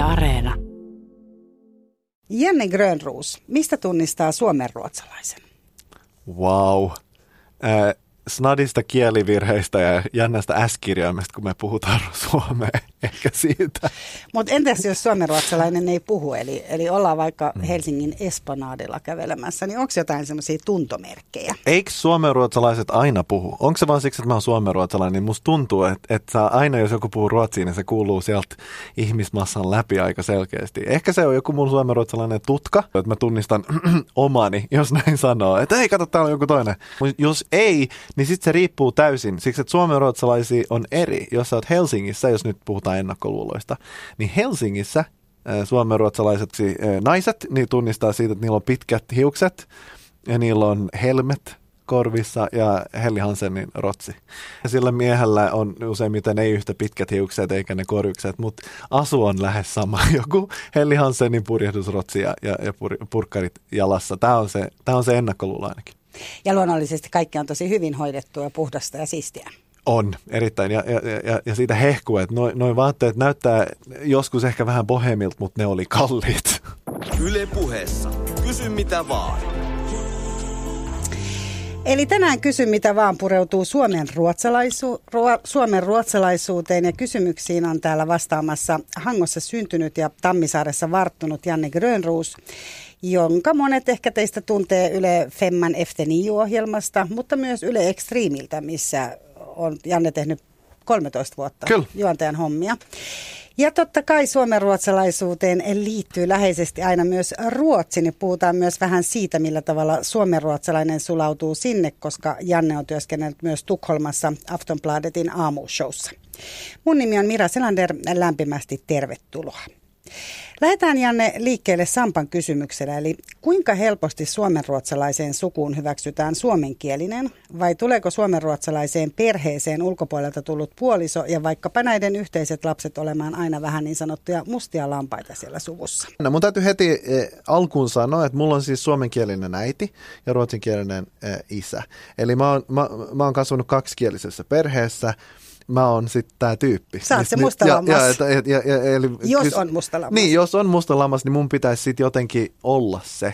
Areena. Janne Grönroos, mistä tunnistaa suomenruotsalaisen? Wow. Snadista kielivirheistä ja jännästä S-kirjaimesta, kun me puhutaan suomea, ehkä siitä. Mutta entäs jos suomenruotsalainen ei puhu, eli ollaan vaikka Helsingin Esplanadilla kävelemässä, niin onko jotain semmoisia tuntomerkkejä? Eikö suomenruotsalaiset aina puhu? Onko se vaan siksi, että mä oon suomenruotsalainen, niin musta tuntuu, että aina jos joku puhuu ruotsia, niin se kuuluu sieltä ihmismassan läpi aika selkeästi. Ehkä se on joku mun suomenruotsalainen tutka, että mä tunnistan omani, jos näin sanoo. Että ei, kato, täällä on joku toinen. Jos ei, niin sitten se riippuu täysin. Siksi, että suomenruotsalaisia on eri. Jos sä oot Helsingissä, jos nyt puhutaan ennakkoluuloista, niin Helsingissä suomenruotsalaiset naiset niin tunnistaa siitä, että niillä on pitkät hiukset ja niillä on helmet korvissa ja Helly Hansenin rotsi. Ja sillä miehellä on useimmiten ei yhtä pitkät hiukset eikä ne korjukset, mutta asu on lähes sama. Joku Helly Hansenin purjehdusrotsi ja purkkarit jalassa. Tämä on se ennakkoluulo ainakin. Ja luonnollisesti kaikki on tosi hyvin hoidettua ja puhdasta ja siistiä. On, erittäin. Ja siitä hehkuu, että noi vaatteet näyttää joskus ehkä vähän bohemilta, mutta ne oli kalliit. Yle Puheessa. Kysy mitä vaan. Eli tänään Kysy mitä vaan pureutuu Suomen ruotsalaisuuteen ja kysymyksiin on täällä vastaamassa Hangossa syntynyt ja Tammisaaressa varttunut Janne Grönroos, jonka monet ehkä teistä tuntee Yle Femman Efter Nio-ohjelmasta, mutta myös Yle Extremiltä, missä on Janne tehnyt 13 vuotta juontajan hommia. Ja totta kai suomenruotsalaisuuteen liittyy läheisesti aina myös ruotsi, niin puhutaan myös vähän siitä, millä tavalla suomenruotsalainen sulautuu sinne, koska Janne on työskennellyt myös Tukholmassa Aftonbladetin aamushowssa. Mun nimi on Mira Selander, lämpimästi tervetuloa. Lähdetään Janne liikkeelle Sampan kysymyksellä, eli kuinka helposti suomenruotsalaiseen sukuun hyväksytään suomenkielinen vai tuleeko suomenruotsalaiseen perheeseen ulkopuolelta tullut puoliso ja vaikkapa näiden yhteiset lapset olemaan aina vähän niin sanottuja mustia lampaita siellä suvussa? No, mun täytyy heti alkuun sanoa, että mulla on siis suomenkielinen äiti ja ruotsinkielinen isä. Eli mä oon kasvanut kaksikielisessä perheessä. Mä oon sitten tää tyyppi. Sä oot se musta lammas. Jos on musta lammas. Niin, jos on musta lammas, niin mun pitäisi sitten jotenkin olla se.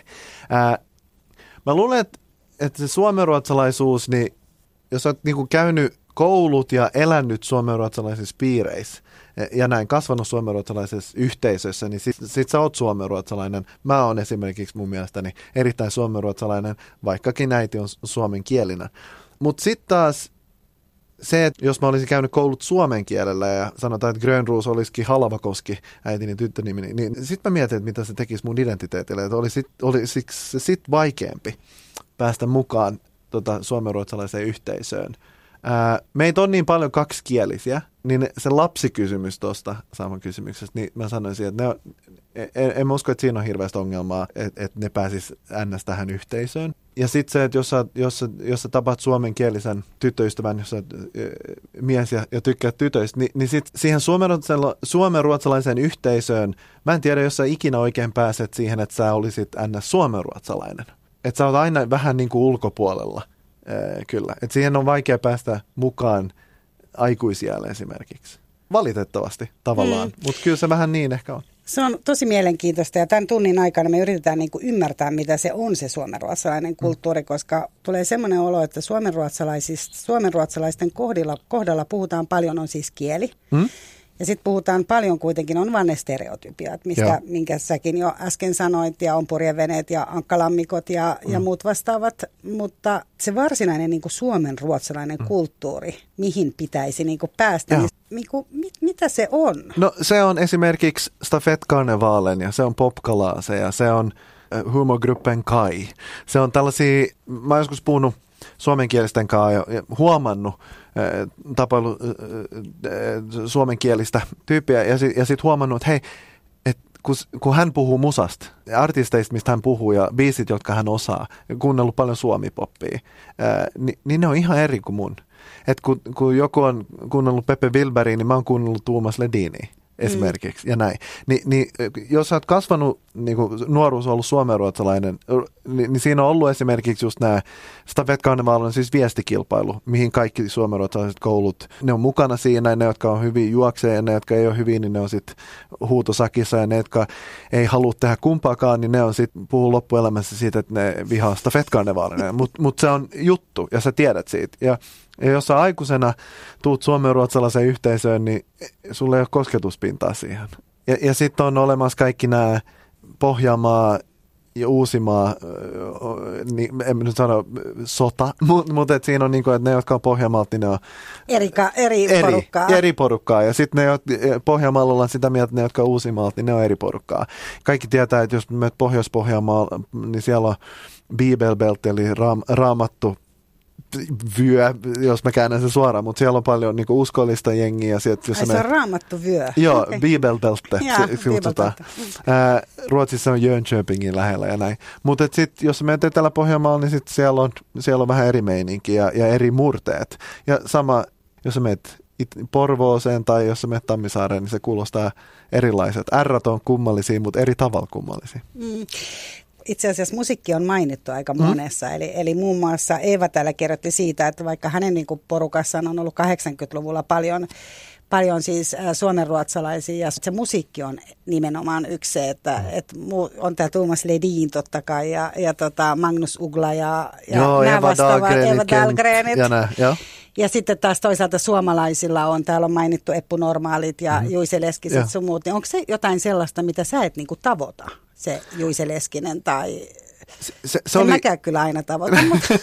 Mä luulen, että se suomenruotsalaisuus, niin jos oot niinku käynyt koulut ja elänyt suomenruotsalaisissa piireissä ja näin kasvanut suomenruotsalaisessa yhteisössä, niin sit sä oot suomenruotsalainen. Mä oon esimerkiksi mun mielestäni erittäin suomenruotsalainen, vaikkakin äiti on suomenkielinen. Mutta sitten taas se, että jos mä olisin käynyt koulut suomen kielellä ja sanotaan, että Grönroos olisikin Halvakoski, äitini tyttönimi, niin sitten mä mietin, että mitä se tekisi mun identiteetille. Että olisi se sitten vaikeampi päästä mukaan suomenruotsalaiseen yhteisöön. Meitä on niin paljon kaksikielisiä, niin se lapsikysymys tuosta saman kysymyksestä, niin mä sanoisin, että en mä usko, että siinä on hirveästi ongelmaa, että ne pääsis ns. Tähän yhteisöön. Ja sitten se, että jos sä tapaat suomenkielisen tyttöystävän, jos sä mies ja tykkäät tytöistä, niin sit siihen suomenruotsalaiseen yhteisöön, mä en tiedä, jos sä ikinä oikein pääset siihen, että sä olisit ns. Suomenruotsalainen. Että sä oot aina vähän niin kuin ulkopuolella. Kyllä. Että siihen on vaikea päästä mukaan aikuisiälle esimerkiksi. Valitettavasti tavallaan, mutta kyllä se vähän niin ehkä on. Se on tosi mielenkiintoista ja tämän tunnin aikana me yritetään niin kuin ymmärtää, mitä se on se suomenruotsalainen kulttuuri, koska tulee semmoinen olo, että suomenruotsalaisten kohdalla puhutaan paljon, on siis kieli. Ja sitten puhutaan paljon kuitenkin, on vain ne stereotypiat, minkä säkin jo äsken sanoit, ja on purjeveneet ja ankkalammikot ja muut vastaavat. Mutta se varsinainen niin kuin suomenruotsalainen kulttuuri, mihin pitäisi niin kuin päästä, niin mitä se on? No se on esimerkiksi stafettkarnevalen ja se on popkalase ja se on humorgruppen Kai. Se on tällaisia, mä oon joskus puhunut suomenkielisten kanssa ja huomannut, tapailu suomenkielistä tyyppiä ja sitten huomannut, että hei, kun hän puhuu musasta, artisteista, mistä hän puhuu ja biisit, jotka hän osaa, kuunnellut paljon suomipoppia, niin ne on ihan eri kuin mun. Et kun joku on kuunnellut Pepe Wilberia, niin mä oon kuunnellut Tuomas Lediniä. esimerkiksi ja näin. Niin, jos sä oot kasvanut, niin kuin nuoruus on ollut suomenruotsalainen, niin siinä on ollut esimerkiksi just nämä stafettkarnevaali on siis viestikilpailu, mihin kaikki suomenruotsalaiset koulut, ne on mukana siinä, ne jotka on hyvin juoksee ja ne jotka ei ole hyvin, niin ne on sitten huutosakissa ja ne jotka ei halua tehdä kumpaakaan, niin ne on sitten puhuu loppuelämässä siitä, että ne vihaa stafettkarnevaalia, mutta se on juttu ja sä tiedät siitä. Ja jos sä aikuisena tuut suomenruotsalaiseen yhteisöön, niin sulla ei ole kosketuspintaa siihen. Ja sitten on olemassa kaikki nämä Pohjanmaa ja Uusimaa, niin en nyt sano sota, mutta siinä on niin kuin, että ne, jotka on Pohjanmaalta, niin ne on eri porukkaa. Ja sitten ne, Pohjanmaalla ollaan sitä mieltä, että ne, jotka on Uusimaalta, niin ne on eri porukkaa. Kaikki tietää, että jos menet Pohjois-Pohjanmaalla, niin siellä on Bibelbelt, eli raamattu, vyö, jos mä käännän sen suoraan, mutta siellä on paljon niinku uskollista jengiä. Se on raamattu vyö. Joo, okay. Bibelbelte. Ruotsissa on Jönköpingin lähellä ja näin. Mutta sitten jos menet Etelä-Pohjanmaalla, niin sit siellä on vähän eri meininki ja eri murteet. Ja sama, jos menet Porvooseen tai jos menet Tammisaareen, niin se kuulostaa erilaiset. R:t on kummallisia, mutta eri tavalla kummallisia. Itse asiassa musiikki on mainittu aika monessa, eli muun muassa Eeva täällä kerrotti siitä, että vaikka hänen niin kuin porukassaan on ollut 80-luvulla paljon siis suomenruotsalaisia ja se musiikki on nimenomaan yksi se, että on tämä Thomas Ledin totta kai ja Magnus Uggla ja nämä vastaavat, Eva Dahlgrenit. Ja sitten taas toisaalta suomalaisilla täällä on mainittu Eppu Normaalit ja Juise Leskiset sun muut, niin onko se jotain sellaista, mitä sä et niinku tavoita? Se Juise Leskinen tai... En mäkään kyllä aina tavoita, mutta...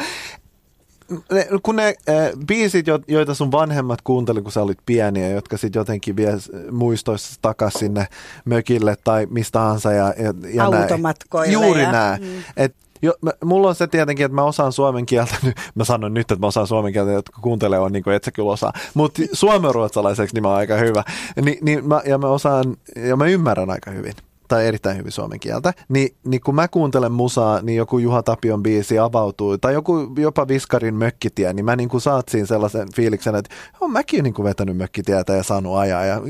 Kun ne biisit, joita sun vanhemmat kuunteli, kun sä olit pieniä, jotka sitten jotenkin vie muistoissa takaisin sinne mökille tai mistä tahansa ja automatkoille. Juuri nämä. Mulla on se tietenkin, että mä osaan suomen kieltä. Mä sanon nyt, että mä osaan suomen kieltä, jotka kuuntelee on niin kuin et sä kyllä osaa. Mutta suomenruotsalaiseksi niin mä oon aika hyvä. Mä osaan ja mä ymmärrän aika hyvin. Tai erittäin hyvin suomen kieltä, niin kun mä kuuntelen musaa, niin joku Juha Tapion biisi avautuu, tai jopa Viskarin Mökkitie, niin mä niin kuin saat siinä sellaisen fiiliksen, että mäkin niin kuin vetänyt Mökkitietä ja saanut ajaa, ja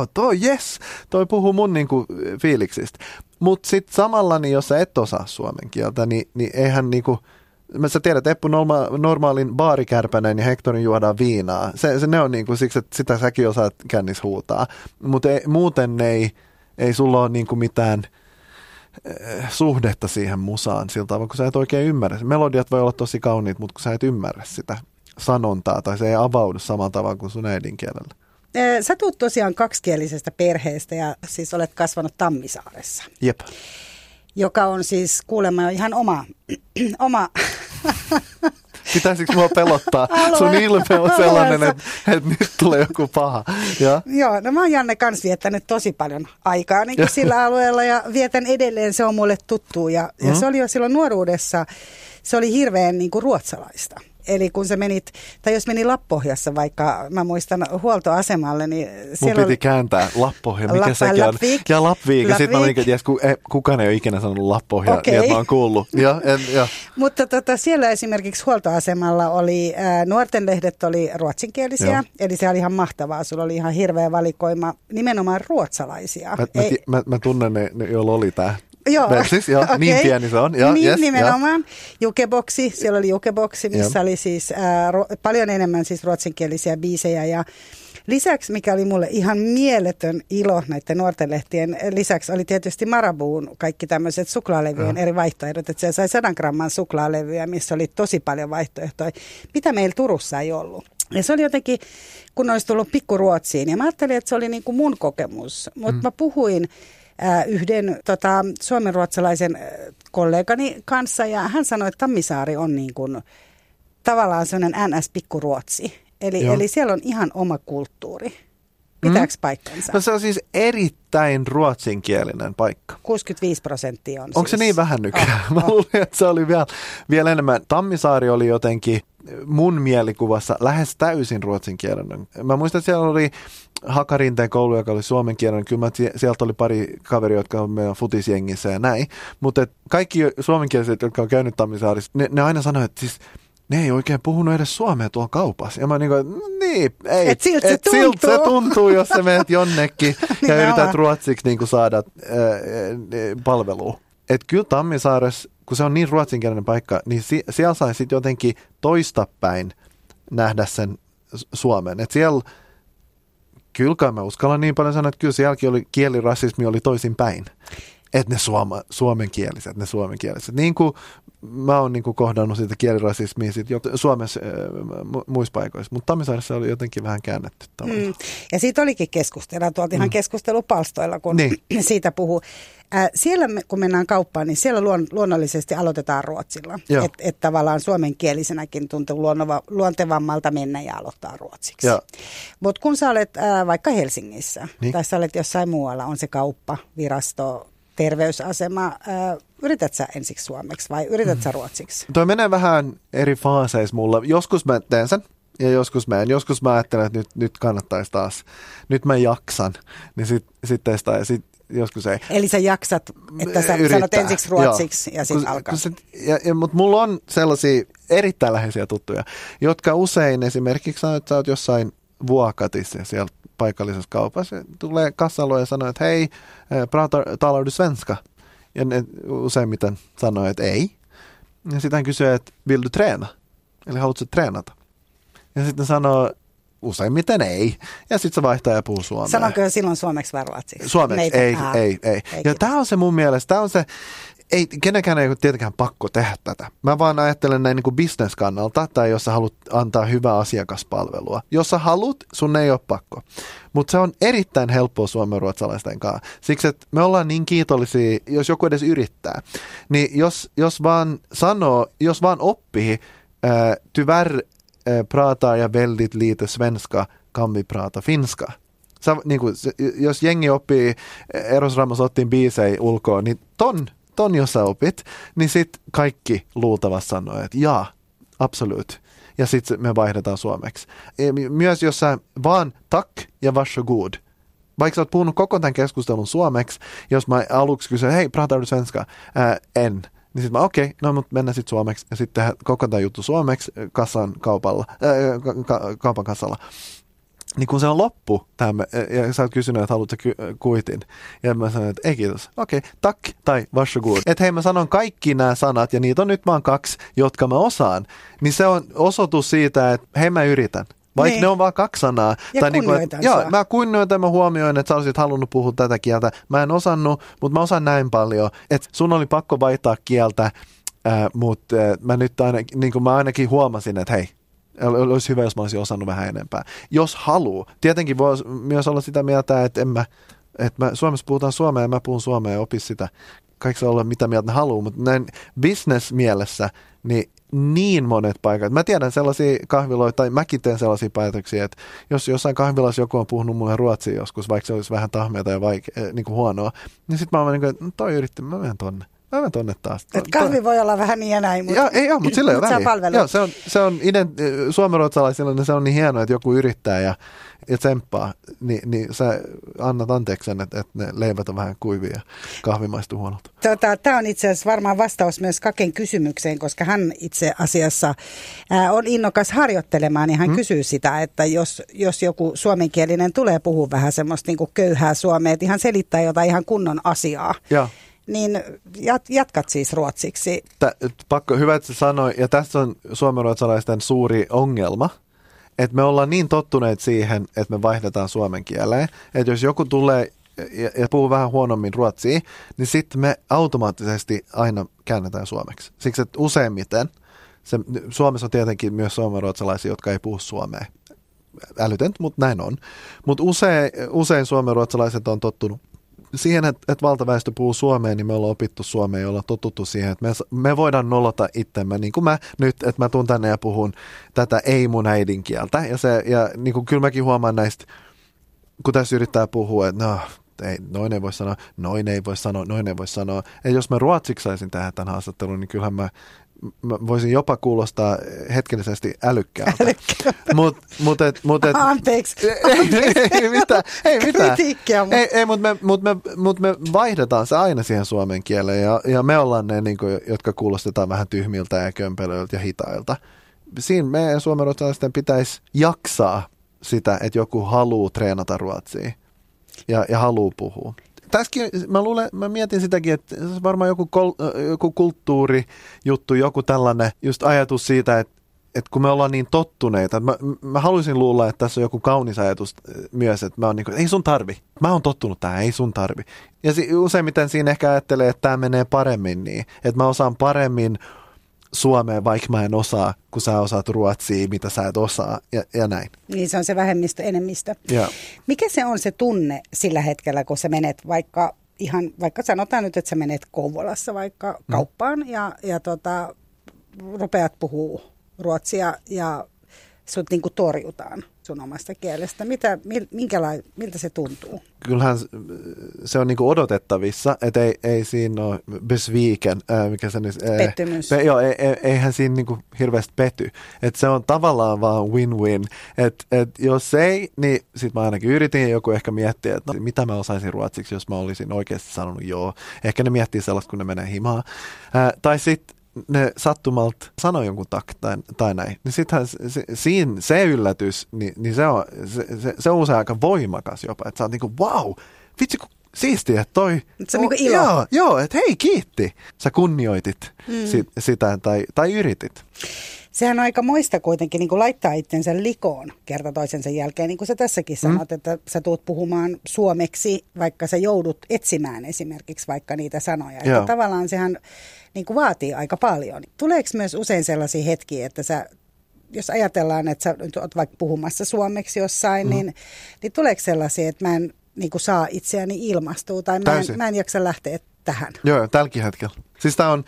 toi puhuu mun niin kuin fiiliksistä. Mutta sitten samalla, niin jos sä et osaa suomen kieltä, niin eihän niin kuin, sä tiedät, että Eppu Normaalin baarikärpänen ja Hektorin juodaan viinaa. Ne on niin kuin siksi, että sitä säkin osaat kännis huutaa, mutta muuten ei sulla ole niin kuin mitään suhdetta siihen musaan siltä tavalla, kun sä et oikein ymmärrä. Melodiat voi olla tosi kauniit, mutta kun sä et ymmärrä sitä sanontaa tai se ei avaudu samalla tavalla kuin sun äidinkielellä. Sä tuut tosiaan kaksikielisestä perheestä ja siis olet kasvanut Tammisaaressa. Jep. Joka on siis kuulemma ihan oma Pitäisikö mua pelottaa? Sun ilme on sellainen, että nyt tulee joku paha. Ja? Joo, no mä oon Janne kans viettänyt tosi paljon aikaa niin kuin sillä alueella ja vietän edelleen, se on mulle tuttu. Ja se oli jo silloin nuoruudessa, se oli hirveän niin kuin ruotsalaista. Eli kun sä menit, tai jos meni Lappohjassa vaikka, mä muistan huoltoasemalle, niin siellä mun piti kääntää Lappohja, mikä sekin on. Ja Lappvik. Ja sitten mä olin, että kukaan ei ole ikinä sanonut Lappohja, niin että mä oon kuullut. Ja. Mutta siellä esimerkiksi huoltoasemalla oli, nuortenlehdet oli ruotsinkielisiä, eli se oli ihan mahtavaa. Sulla oli ihan hirveä valikoima nimenomaan ruotsalaisia. Mä tunnen ne, joilla oli tää. Joo, okay. Niin pieni se on. Nimenomaan. Jukeboksi, siellä oli Jukeboksi, missä oli siis paljon enemmän siis ruotsinkielisiä biisejä ja lisäksi, mikä oli mulle ihan mieletön ilo näiden nuortenlehtien lisäksi, oli tietysti Marabuun kaikki tämmöiset suklaalevyjen eri vaihtoehdot, että se sai 100 gramman suklaalevyjä, missä oli tosi paljon vaihtoehtoja, mitä meillä Turussa ei ollut. Ja se oli jotenkin, kun olisi tullut pikkuruotsiin ja mä ajattelin, että se oli niin kuin mun kokemus, mutta mä puhuin yhden suomenruotsalaisen kollegani kanssa ja hän sanoi, että Tammisaari on niin kuin tavallaan sellainen NS-pikkuruotsi. Eli siellä on ihan oma kulttuuri. Pitääkö paikkansa? No se on siis erittäin ruotsinkielinen paikka. 65% on Onko se niin vähän nykyään? Mä luulin, että se oli vielä enemmän. Tammisaari oli jotenkin mun mielikuvassa lähes täysin ruotsinkielinen. Mä muistan, että siellä oli Hakarinteen koulu, joka oli suomenkielinen. Kyllä sieltä oli pari kaveria, jotka on meidän futisjengissä ja näin. Mutta kaikki suomenkieliset, jotka on käynyt Tammisaarissa, ne aina sanoo, että siis ne ei oikein puhunut edes suomea tuolla kaupassa. Ja mä niin kuin, ei. Et siltä se tuntuu, jos sä menet jonnekin ja yrität ruotsiksi niin kuin saada palvelua. Että kyllä Tammisaaressa, kun se on niin ruotsinkielinen paikka, niin siellä sai sitten jotenkin toistapäin nähdä sen Suomen. Että siellä, kyllä mä uskallan niin paljon sanoa, että kyllä sielläkin oli kielirasismi oli toisinpäin. Että ne suomenkieliset. Niin kuin mä oon niin kuin kohdannut siitä kielirasismia Suomessa muissa paikoissa, mutta Tammisaaressa oli jotenkin vähän käännetty tavallaan. Ja siitä olikin keskustelua, tuolta ihan keskustelupalstoilla, kun siitä puhuu. Siellä kun mennään kauppaan, niin siellä luonnollisesti aloitetaan ruotsilla. Että tavallaan suomenkielisenäkin tuntuu luontevammalta mennä ja aloittaa ruotsiksi. Mutta kun sä olet vaikka Helsingissä, tai sä olet jossain muualla, on se kauppa, virasto, terveysasema, yrität sä ensiksi suomeksi vai yrität sä ruotsiksi? Toi menee vähän eri faaseissa mulla. Joskus mä teen sen ja joskus mä en. Joskus mä ajattelen, että nyt kannattaisi taas. Nyt mä jaksan, niin sit testaa ja sit joskus ei. Eli sä jaksat, että sä sanot ensiksi ruotsiksi ja sitten alkaa. Mutta mulla on sellaisia erittäin läheisiä tuttuja, jotka usein esimerkiksi sanoo, että sä oot jossain Vuokatissa siellä paikallisessa kaupassa. Tulee kassalo ja sanoo, että hei, talar du svenska? Ja ne useimmiten sanoo, että ei. Ja sitten hän kysyy, että vill du träna? Eli haluatko treenata? Ja sitten sanoo, useimmiten ei. Ja sitten se vaihtaa ja puhuu suomea. Sanoiko jo silloin suomeksi vai ruotsiksi? Suomeksi, ei. Ja tämä on se mun mielestä, tämä on se, ei kenenkään ei ole tietenkään pakko tehdä tätä. Mä vaan ajattelen näin niin kuin business-kannalta, tai jos sä haluat antaa hyvää asiakaspalvelua. Jos sä haluat, sun ei ole pakko. Mutta se on erittäin helppoa suomenruotsalaisten kanssa. Siksi, että me ollaan niin kiitollisia, jos joku edes yrittää. Niin jos vaan sanoo, jos vaan oppii, tyvärr pratar jag väldigt lite svenska, kan vi prata finska. Niin kuin, jos jengi oppii Eros Ramazottin biisejä ulkoa, niin ton jos sä opit, niin sit kaikki luultavasti sanoo, että jaa, absolut. Ja sitten me vaihdetaan suomeksi. Myös jos sä vaan tack ja varsågod. Vaikka sä oot puhunut koko tämän keskustelun suomeksi, jos mä aluksi kysyn, hei, pratar du svenska? En. Niin sitten mä okei, no mutta mennään sitten suomeksi. Ja sitten tehdään koko tämän juttu suomeksi kaupan kassalla. Niin kun se on loppu, ja sä oot kysynyt, että haluatko kuitin. Ja mä sanoin, että ei kiitos. Okei, tack tai varsågod. Että hei, mä sanon kaikki nämä sanat, ja niitä on nyt vaan 2, jotka mä osaan. Niin se on osoitus siitä, että hei, mä yritän. Vaikka ne on vaan 2 sanaa. Ja tai kunnioitan niin kuin, mä kunnioitan, mä huomioin, että sä olisit halunnut puhua tätä kieltä. Mä en osannut, mutta mä osaan näin paljon. Että sun oli pakko vaihtaa kieltä, mutta mä nyt niin kuin mä ainakin huomasin, että hei, olisi hyvä, jos mä olisin osannut vähän enempää. Jos haluu. Tietenkin voi myös olla sitä mieltä, että Suomessa puhutaan suomea ja mä puhun suomea ja opis sitä. Kaikki saa olla mitä mieltä ne haluaa, mutta näin business-mielessä niin monet paikat. Mä tiedän sellaisia kahviloita, tai mäkin teen sellaisia päätöksiä, että jos jossain kahvilassa joku on puhunut mulle ruotsia joskus, vaikka se olisi vähän tahmeata ja niin kuin huonoa, niin sitten mä oon niin kuin, että toi yritti, mä menen tonne. Mä menen tonne taas. Että kahvi voi olla vähän niin ja näin, mutta mutta sillä ei ole väliä. Joo, se on suomenruotsalaisilla, niin se on niin hienoa, että joku yrittää ja tsemppaa, niin sä annat anteeksi sen, että ne leivät on vähän kuivia ja kahvi maistuu huonolta. Tämä on itse asiassa varmaan vastaus myös Kaken kysymykseen, koska hän itse asiassa on innokas harjoittelemaan, niin hän kysyy sitä, että jos joku suomenkielinen tulee puhua vähän semmoista niin kuin köyhää suomea, että ihan selittää jotain ihan kunnon asiaa. Joo. Niin jatkat siis ruotsiksi. Pakko, hyvä, että sanoi, ja tässä on suomenruotsalaisten suuri ongelma, että me ollaan niin tottuneet siihen, että me vaihdetaan suomen kieleen, että jos joku tulee ja puhuu vähän huonommin ruotsia, niin sitten me automaattisesti aina käännetään suomeksi. Siksi, että useimmiten, Suomessa on tietenkin myös suomenruotsalaisia, jotka ei puhu suomea. Älytöntä, mutta näin on. Mutta usein suomenruotsalaiset on tottunut siihen, että valtaväestö puhuu suomea, niin me ollaan opittu suomea ja ollaan totuttu siihen, että me voidaan nolota itsemme, niin kuin mä nyt, että mä tuun tänne ja puhun tätä ei mun äidinkieltä. Ja niin kuin kyllä mäkin huomaan näistä, kun tässä yrittää puhua, että no, noin ei voi sanoa, noin ei voi sanoa, noin ei voi sanoa. Ja jos mä ruotsiksi saisin tehdä tämän haastattelun, niin kyllähän mä voisin jopa kuulostaa hetkellisesti älykkäältä. Anteeksi. Ei mitään. Kritiikkiä. Mutta me vaihdetaan se aina siihen suomen kieleen ja me ollaan ne, niin kuin, jotka kuulostetaan vähän tyhmiltä ja kömpelöiltä ja hitailta. siinä meidän suomenruotsalaisten pitäisi jaksaa sitä, että joku haluaa treenata ruotsia ja haluaa puhua. Tässäkin mä mietin sitäkin, että se on varmaan joku kulttuurijuttu, joku tällainen just ajatus siitä, että kun me ollaan niin tottuneita, mä haluaisin luulla, että tässä on joku kaunis ajatus myös, että mä oon niin kuin, ei sun tarvi. Mä oon tottunut tähän, ei sun tarvi. Ja useimmiten siinä ehkä ajattelee, että tämä menee paremmin niin, että mä osaan paremmin suomea, vaikka mä en osaa, kun sä osaat ruotsia, mitä sä et osaa ja näin. Niin se on se vähemmistö-enemmistö. Ja. Mikä se on se tunne sillä hetkellä, kun sä menet vaikka sanotaan nyt, että sä menet Kouvolassa vaikka kauppaan ja rupeat puhua ruotsia ja sut niinku torjutaan sun omasta kielestä. Miltä se tuntuu? Kyllähän se on niinku odotettavissa, että ei siinä ole besviken, mikä se nyt... Pettymys. Eihän siinä niinku hirveästi pety. Että se on tavallaan vaan win-win. Että jos ei, niin sit mä ainakin yritin ja joku ehkä miettii, että mitä mä osaisin ruotsiksi, jos mä olisin oikeasti sanonut joo. Ehkä ne miettii sellaista, kun ne menee himaan. Tai sitten ne sattumalta sanoo jonkun tai näin, niin sittenhän se yllätys, niin se on usein aika voimakas jopa, että sä oot niinku wow, vitsi kun siistiä, että toi... Se on niinku ilo. Joo, että hei kiitti, sä kunnioitit sitä tai yritit. Sehän on aika moista kuitenkin niin kuin laittaa itsensä likoon kerta toisensa jälkeen, niin kuin sä tässäkin sanot, että sä tuut puhumaan suomeksi, vaikka sä joudut etsimään esimerkiksi vaikka niitä sanoja. Että tavallaan sehän niin kuin vaatii aika paljon. Tuleeko myös usein sellaisia hetkiä, että jos ajatellaan, että sä nyt oot vaikka puhumassa suomeksi jossain, niin tuleeko sellaisia, että mä en niin kuin saa itseäni ilmastua tai mä en jaksa lähteä tähän? Joo, tälläkin hetkellä. Siis tää on,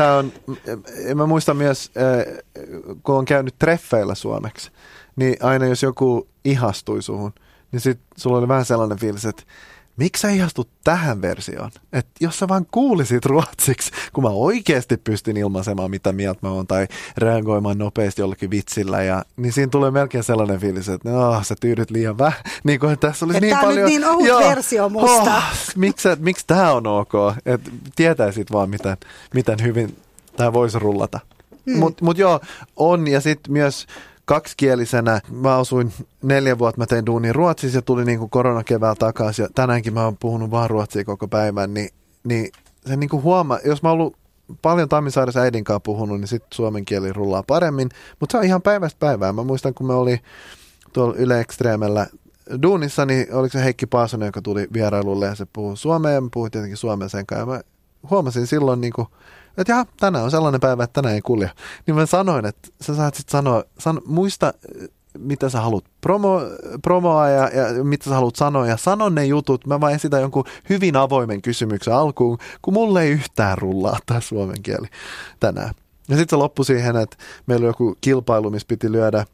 mä muistan myös, kun on käynyt treffeillä suomeksi, niin aina jos joku ihastui suhun, niin sit sulla oli vähän sellainen fiilis, että miksi sä ihastut tähän versioon? Että jos sä vaan kuulisit ruotsiksi, kun mä oikeasti pystyn ilmaisemaan, mitä mieltä mä oon, tai reagoimaan nopeasti jollakin vitsillä, niin siinä tulee melkein sellainen fiilis, että sä tyydyt liian vähän. Niin kuin tässä olisi niin paljon... Tämä on nyt niin ohut versio musta. Miksi tää on ok? Että tietäisit vaan, miten hyvin tää voisi rullata. Mut joo, on, ja sitten myös... Kaksikielisenä mä asuin 4 vuotta, mä tein duunia ruotsissa ja tuli niin kuin koronakeväällä takaisin ja tänäänkin mä oon puhunut vaan ruotsia koko päivän, niin se niin kuin huomaa, jos mä oon ollut paljon Tammisaaressa äidin kanssa puhunut, niin sitten suomen kieli rullaa paremmin, mutta se on ihan päivästä päivään. Mä muistan, kun me oli tuolla Yle Extremellä duunissa, niin oliko se Heikki Paasonen, joka tuli vierailulle ja se puhui suomea ja mä puhuin tietenkin suomea sen kanssa ja mä huomasin silloin niin kuin että jaha, tänään on sellainen päivä, että tänään ei kulje. Niin mä sanoin, että sä saat sitten sanoa, muista mitä sä haluat promoa ja mitä sä haluat sanoa ja sano ne jutut. Mä vaan esitän jonkun hyvin avoimen kysymyksen alkuun, kun mulle ei yhtään rullaa tämä suomen kieli tänään. Ja sitten se loppui siihen, että meillä oli joku kilpailu, missä piti lyödä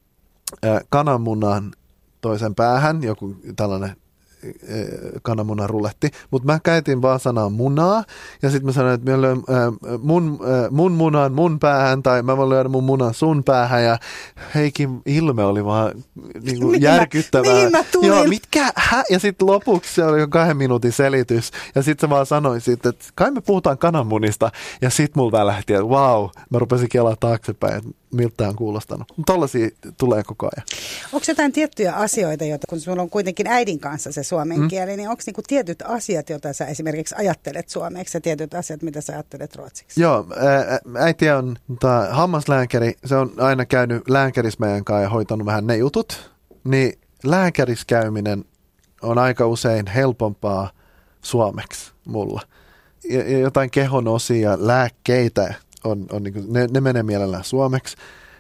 kananmunan toisen päähän, joku tällainen kananmunan ruletti, mutta mä käytin vaan sanaa munaa, ja sitten mä sanoin, että mä lyön mun munan mun päähän, tai mä voin lyödä mun munan sun päähän, ja Heikin ilme oli vaan niinku järkyttävää. Niin mä tulin. Joo, ja sitten lopuksi se oli jo 2 minuutin selitys, ja sitten se vaan sanoi sitten, että kai me puhutaan kananmunista, ja sitten mulla välähti, että vau, mä rupesin kelaa taaksepäin, että miltä tämä on kuulostanut. Tollaisia tulee koko ajan. Onko jotain tiettyjä asioita, joita, kun sulla on kuitenkin äidin kanssa se suomen kieli, niin onko niinku tietyt asiat, joita sä esimerkiksi ajattelet suomeksi ja tietyt asiat, mitä sä ajattelet ruotsiksi? Joo, äiti on hammaslääkäri. Se on aina käynyt lääkärissä meidän kanssa ja hoitanut vähän ne jutut. Niin lääkärissä käyminen on aika usein helpompaa suomeksi mulla. Ja jotain kehon osia, lääkkeitä on niinku, ne menee mielellään suomeksi.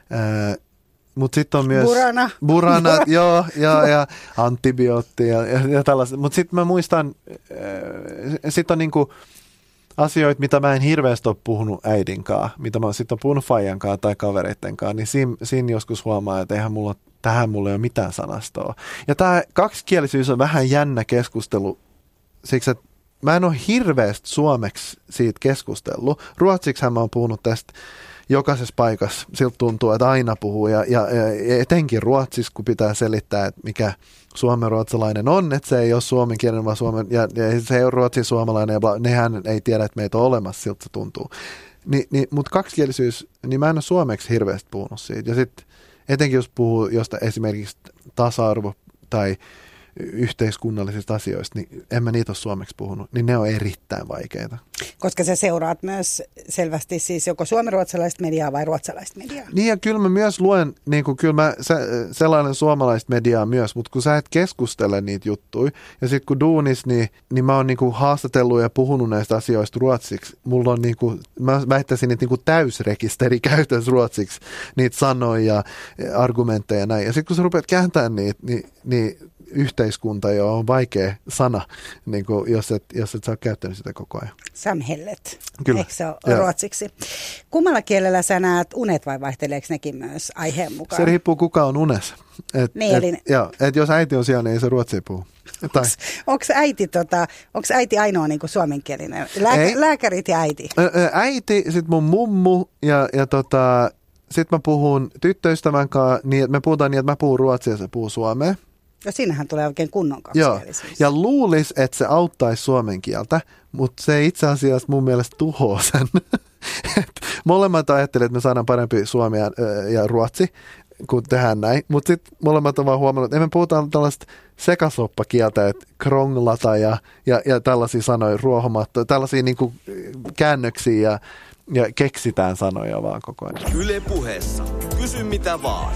Mutta sitten on myös... Burana, joo, ja antibiootti ja tällaista. Mutta sitten mä muistan, sitten on niinku asioita, mitä mä en hirveästi ole puhunut äidin kanssa, mitä mä sitten on puhunut faijan kanssa tai kavereitten kanssa, niin siinä joskus huomaa, että eihän tähän mulla ei ole mitään sanastoa. Ja tämä kaksikielisyys on vähän jännä keskustelu, siksi että mä en ole hirveästi suomeksi siitä keskustellut. Ruotsiksihan mä oon puhunut tästä jokaisessa paikassa. Siltä tuntuu, että aina puhuu ja etenkin ruotsissa, kun pitää selittää, että mikä suomenruotsalainen on, että se ei ole suomenkielinen, vaan ja se ei ole ruotsin suomalainen, ja nehän ei tiedä, että meitä on olemassa, siltä se tuntuu. Mutta kaksikielisyys, niin mä en ole suomeksi hirveästi puhunut siitä. Ja sitten etenkin jos puhuu jostain esimerkiksi tasa-arvo tai yhteiskunnallisista asioista, niin en mä niitä ole suomeksi puhunut, niin ne on erittäin vaikeita. Koska sä seuraat myös selvästi siis joko suomenruotsalaista mediaa vai ruotsalaista mediaa. Niin ja kyllä mä myös luen, niin kuin kyllä mä sellainen suomalaista mediaa myös, mutta kun sä et keskustele niitä juttuja, ja sitten kun duunis, niin mä oon niin kuin haastatellut ja puhunut näistä asioista ruotsiksi. Mulla on niin kuin, mä väittäisin, että niin kuin täysrekisteri käytössä ruotsiksi, niitä sanoja ja argumentteja ja näin. Ja sitten kun sä rupeat kääntämään niitä, niin yhteiskunta jo on vaikea sana, niin kuin jos et sä ole käyttänyt sitä koko ajan. Samhället, kyllä. Eikö se ole ruotsiksi? Kummalla kielellä sä näet unet vai vaihteleeko nekin myös aiheen mukaan? Se riippuu kuka on unessa. Et jos äiti on siellä, niin ei se ruotsia puhu. Onko äiti ainoa niin kuin suomenkielinen? Lääkärit ja äiti? Äiti, sit mun mummu ja sit mä puhun tyttöystävän kanssa, niin että me puhutaan niin, että mä puhun ruotsia ja se puhuu suomea. Ja siinähän tulee oikein kunnon kaksikielisyys. Ja luulisi, että se auttaisi suomen kieltä, mutta se itse asiassa mun mielestä tuhoaa sen. Molemmat ajattelee, että me saadaan parempi suomi ja ruotsi, kun tehdään näin. Mutta sitten molemmat on vaan huomannut, että me puhutaan tällaista sekasoppakieltä, että kronglata ja tällaisia sanoja, ruohomattoja, tällaisia niinku käännöksiä ja keksitään sanoja vaan koko ajan. Yle Puheessa. Kysy mitä vaan.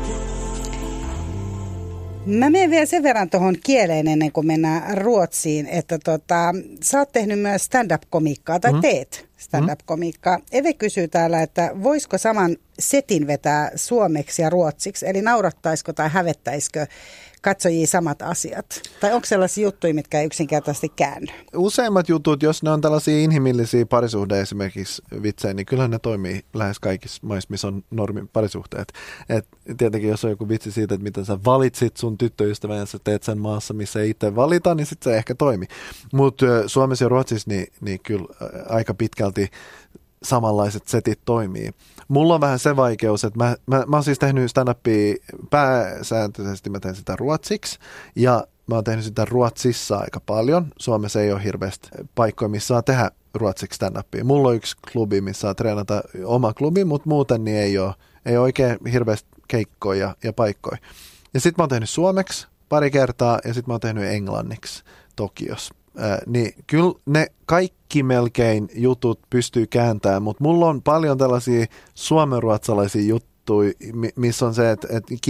Mä menen vielä sen verran tuohon kieleen ennen kuin mennään Ruotsiin, että sä oot tehnyt myös stand-up-komiikkaa tai teet stand-up-komiikkaa. Eve kysyy täällä, että voisiko saman setin vetää suomeksi ja ruotsiksi, eli naurattaisiko tai hävettäisikö katsojia samat asiat? Tai onko sellaisia juttuja, mitkä ei yksinkertaisesti käänny? Useimmat jutut, jos ne on tällaisia inhimillisiä parisuhde esimerkiksi vitsejä, niin kyllähän ne toimii lähes kaikissa maissa, missä on normin parisuhteet. Et tietenkin jos on joku vitsi siitä, että miten sä valitsit sun tyttöystävän ja sä teet sen maassa, missä ei itse valita, niin sitten se ehkä toimii. Mutta Suomessa ja Ruotsissa niin kyllä aika pitkälti samanlaiset setit toimii. Mulla on vähän se vaikeus, että mä oon siis tehnyt stand-upia pääsääntöisesti, mä teen sitä ruotsiksi ja mä oon tehnyt sitä Ruotsissa aika paljon. Suomessa ei ole hirveästi paikkoja, missä saa tehdä ruotsiksi stand-upia. Mulla on yksi klubi, missä saa treenata oma klubi, mutta muuten niin ei ole oikein hirveästi keikkoja ja paikkoja. Ja sit mä oon tehnyt suomeksi pari kertaa ja sit mä oon tehnyt englanniksi Tokiossa. Niin kyllä ne kaikki melkein jutut pystyy kääntämään, mutta mulla on paljon tällaisia suomenruotsalaisia juttuja, missä on se, että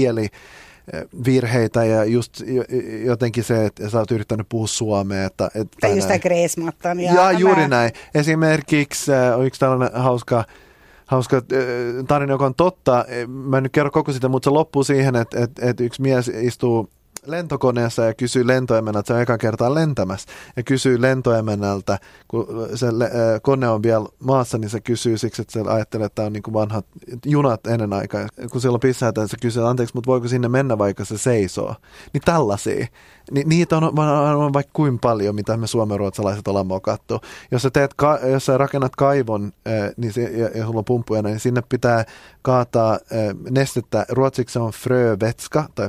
kielivirheitä ja just jotenkin se, että sä oot yrittänyt puhua suomea. Tai just tämä Gräsmattan. Ja juuri näin. Esimerkiksi on yksi tällainen hauska tarina, joka on totta. Mä en nyt kerro koko sitä, mutta se loppuu siihen, että yksi mies istuu lentokoneessa ja kysyy lentoemännältä, se on eka kertaa lentämässä, ja kysyy lentoemännältä, kun se kone on vielä maassa, niin se kysyy siksi, että se ajattelee, että tämä on niin kuin vanhat junat ennen aikaa. Kun siellä on pissäätä, se kysyy, anteeksi, mutta voiko sinne mennä, vaikka se seisoo? Niin tällaisia. Niitä on vaikka kuin paljon, mitä me suomenruotsalaiset ollaan mokattu. Jos sä rakennat kaivon niin ja sulla on pumppuja, niin sinne pitää kaataa nestettä. Ruotsiksi se on frövetska, tai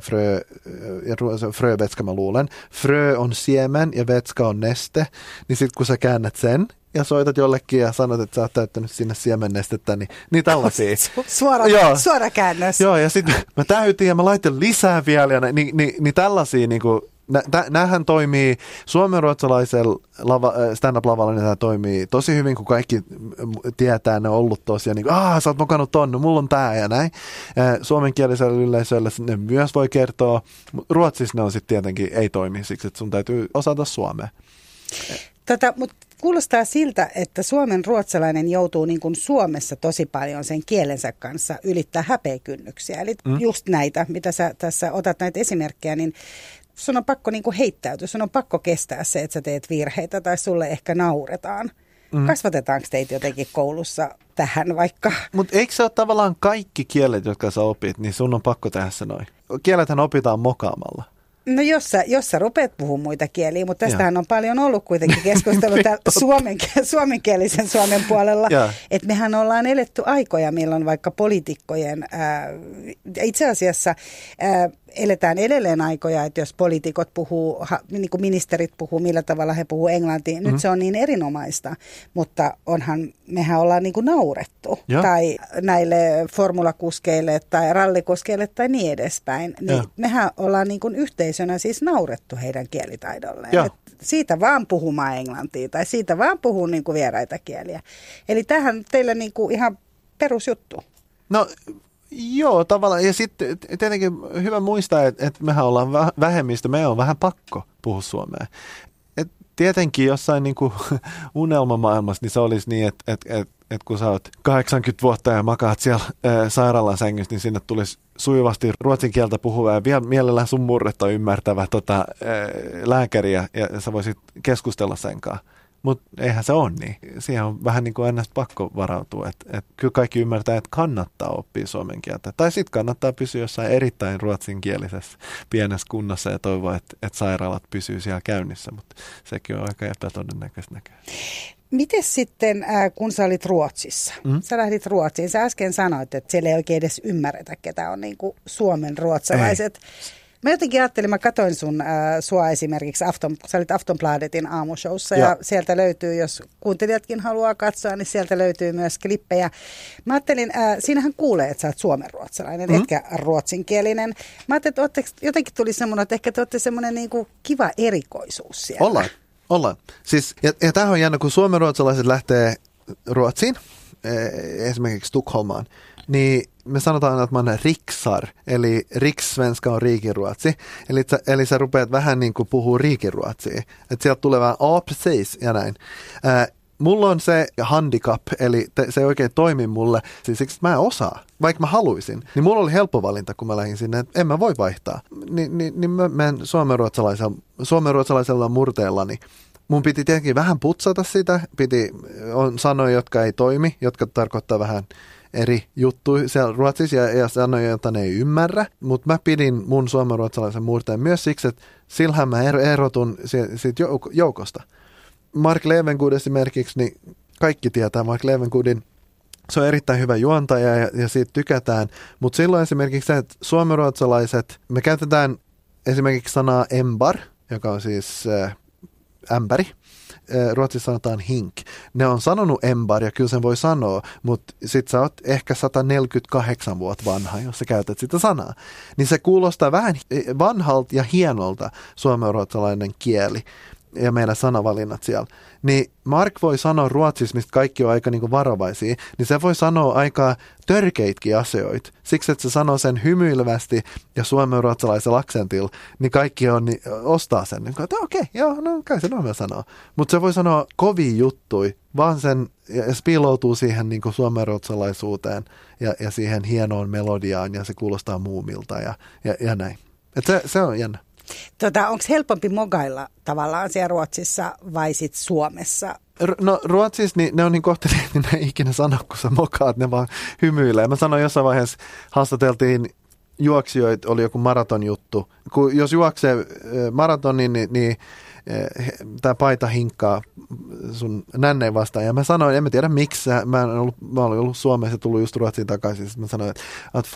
frövetska mä luulen. Frö on siemen ja vetska on neste. Niin sitten kun sä käännät sen ja soitat jollekin ja sanot, että sä oot täyttänyt sinne siemennestettä, niin tällaisia. Suora käännös. Joo, ja sitten mä täytin ja mä laitan lisää vielä, niin tällaisia niinku. Nämähän toimii suomenruotsalaisella stand-up-lavalla, niin tämä toimii tosi hyvin, kun kaikki tietää, ne on ollut tosiaan, niin sä oot mokannut tonne, mulla on tää ja näin. Suomenkielisellä yleisöllä ne myös voi kertoa, Ruotsissa ne on sitten tietenkin ei toimi siksi, että sun täytyy osata suomea. Mutta kuulostaa siltä, että suomen ruotsalainen joutuu niin kuin Suomessa tosi paljon sen kielensä kanssa ylittää häpeäkynnyksiä. Eli just näitä, mitä sä tässä otat näitä esimerkkejä, niin sun on pakko niin kuin heittäytyä, sun on pakko kestää se, että sä teet virheitä tai sulle ehkä nauretaan. Kasvatetaanko teitä jotenkin koulussa tähän vaikka? Mutta eikö se ole tavallaan kaikki kielet, jotka sä opit, niin sun on pakko tehdä se noin? Kielethän opitaan mokaamalla. No jos sä rupeat puhumaan muita kieliä, mutta tästähän on paljon ollut kuitenkin keskustelua suomenkielisen Suomen puolella, että mehän ollaan eletty aikoja, milloin vaikka poliitikkojen, itse asiassa eletään edelleen aikoja, että jos poliitikot puhuu, niin kuin ministerit puhuu, millä tavalla he puhuu englantia, nyt se on niin erinomaista, mutta mehän ollaan niin kuin naurettu tai näille formulakuskeille tai rallikuskeille tai niin edespäin, niin mehän ollaan niin kuin yhteisönä siis naurettu heidän kielitaidolleen. Siitä vaan puhumaan englantia tai siitä vaan puhuu niin kuin vieraita kieliä. Eli tämähän teillä niin kuin ihan perusjuttu. No joo, tavallaan. Ja sitten tietenkin hyvä muistaa, että mehän ollaan vähemmistö, meidän on vähän pakko puhua suomea. Et tietenkin jossain niin kuin unelmamaailmassa niin se olisi niin, että kun sä oot 80 vuotta ja makaat siellä sairaalan sängyssä, niin sinne tulisi sujuvasti ruotsin kieltä puhuva ja vielä mielellään sun murretta ymmärtävä lääkäriä ja sä voisit keskustella sen kanssa. Mutta eihän se ole niin. Siihen on vähän niin kuin ennäs pakko varautua. Että kyllä kaikki ymmärtää, että kannattaa oppia suomen kieltä. Tai sitten kannattaa pysyä jossain erittäin ruotsinkielisessä pienessä kunnassa ja toivoa, että sairaalat pysyy siellä käynnissä. Mutta sekin on aika epätodennäköistä näköä. Mites sitten, kun sä olit Ruotsissa? Sä lähdit Ruotsiin. Sä äsken sanoit, että siellä ei oikein edes ymmärretä, ketä on niin kuin Suomen ruotsalaiset. Mä jotenkin ajattelin, mä katsoin sua esimerkiksi, sä olit Aftonbladetin aamushowssa ja sieltä löytyy, jos kuuntelijatkin haluaa katsoa, niin sieltä löytyy myös klippejä. Mä ajattelin, siinähän kuulee, että sä oot suomenruotsalainen, etkä ruotsinkielinen. Mä ajattelin, että jotenkin tuli semmoinen, että ehkä te olette semmoinen niin kuin kiva erikoisuus siellä. Ollaan. Siis, ja tämähän on jännä, kun suomenruotsalaiset lähtee Ruotsiin, esimerkiksi Tukholmaan, niin me sanotaan aina, että mä oon riksar, eli rikssvenska on riikiruotsi. Eli sä rupeat vähän niin kuin puhuu riikiruotsia. Että sieltä tulee vähän, precis, ja näin. Mulla on se handicap, eli se ei oikein toimi mulle, siis siksi mä en osaa, vaikka mä haluaisin. Niin mulla oli helppo valinta, kun mä lähdin sinne, että en mä voi vaihtaa. Niin mä menen suomenruotsalaisella murteellani. Mun piti tietenkin vähän putsata sitä, on sanoja, jotka ei toimi, jotka tarkoittaa vähän eri juttuja siellä Ruotsissa ja sanoja, joita ne ei ymmärrä, mutta mä pidin mun suomenruotsalaisen murteen myös siksi, että sillähän mä erotun siitä joukosta. Mark Levengood esimerkiksi, niin kaikki tietää Mark Levengoodin, se on erittäin hyvä juontaja ja siitä tykätään, mutta silloin esimerkiksi se, että suomenruotsalaiset, me käytetään esimerkiksi sanaa embar, joka on siis ämpäri. Ruotsissa sanotaan hink. Ne on sanonut embar ja kyllä sen voi sanoa, mutta sit sä oot ehkä 148 vuotta vanha, jos sä käytät sitä sanaa. Niin se kuulostaa vähän vanhalta ja hienolta suomenruotsalainen kieli ja meidän sanavalinnat siellä. Niin Mark voi sanoa ruotsissa, mistä kaikki on aika niin kuin varovaisia, niin se voi sanoa aika törkeitkin asioita. Siksi, että se sanoo sen hymyilevästi ja suomenruotsalaisella aksentilla, niin kaikki niin ostaa sen. Niin, että okei, joo, no kai se noin sanoo. Mutta se voi sanoa kovia juttuja, vaan sen, ja se piiloutuu siihen niin kuin suomenruotsalaisuuteen ja siihen hienoon melodiaan, ja se kuulostaa muumilta ja näin. Että se on jännä. Onko helpompi mogailla tavallaan siellä Ruotsissa vai sitten Suomessa? No Ruotsissa niin ne on niin kohteliaita, niin ne ei ikinä sano, kun sä mokaat, ne vaan hymyilee. Mä sanoin jossain vaiheessa, haastateltiin juoksijoita, oli joku maratonjuttu. Jos juoksee maratonin, niin tämä paita hinkkaa sun nänneen vastaan. Ja mä sanoin, en mä tiedä miksi, mä olin ollut Suomessa ja tullut just Ruotsiin takaisin. Sitten mä sanoin, että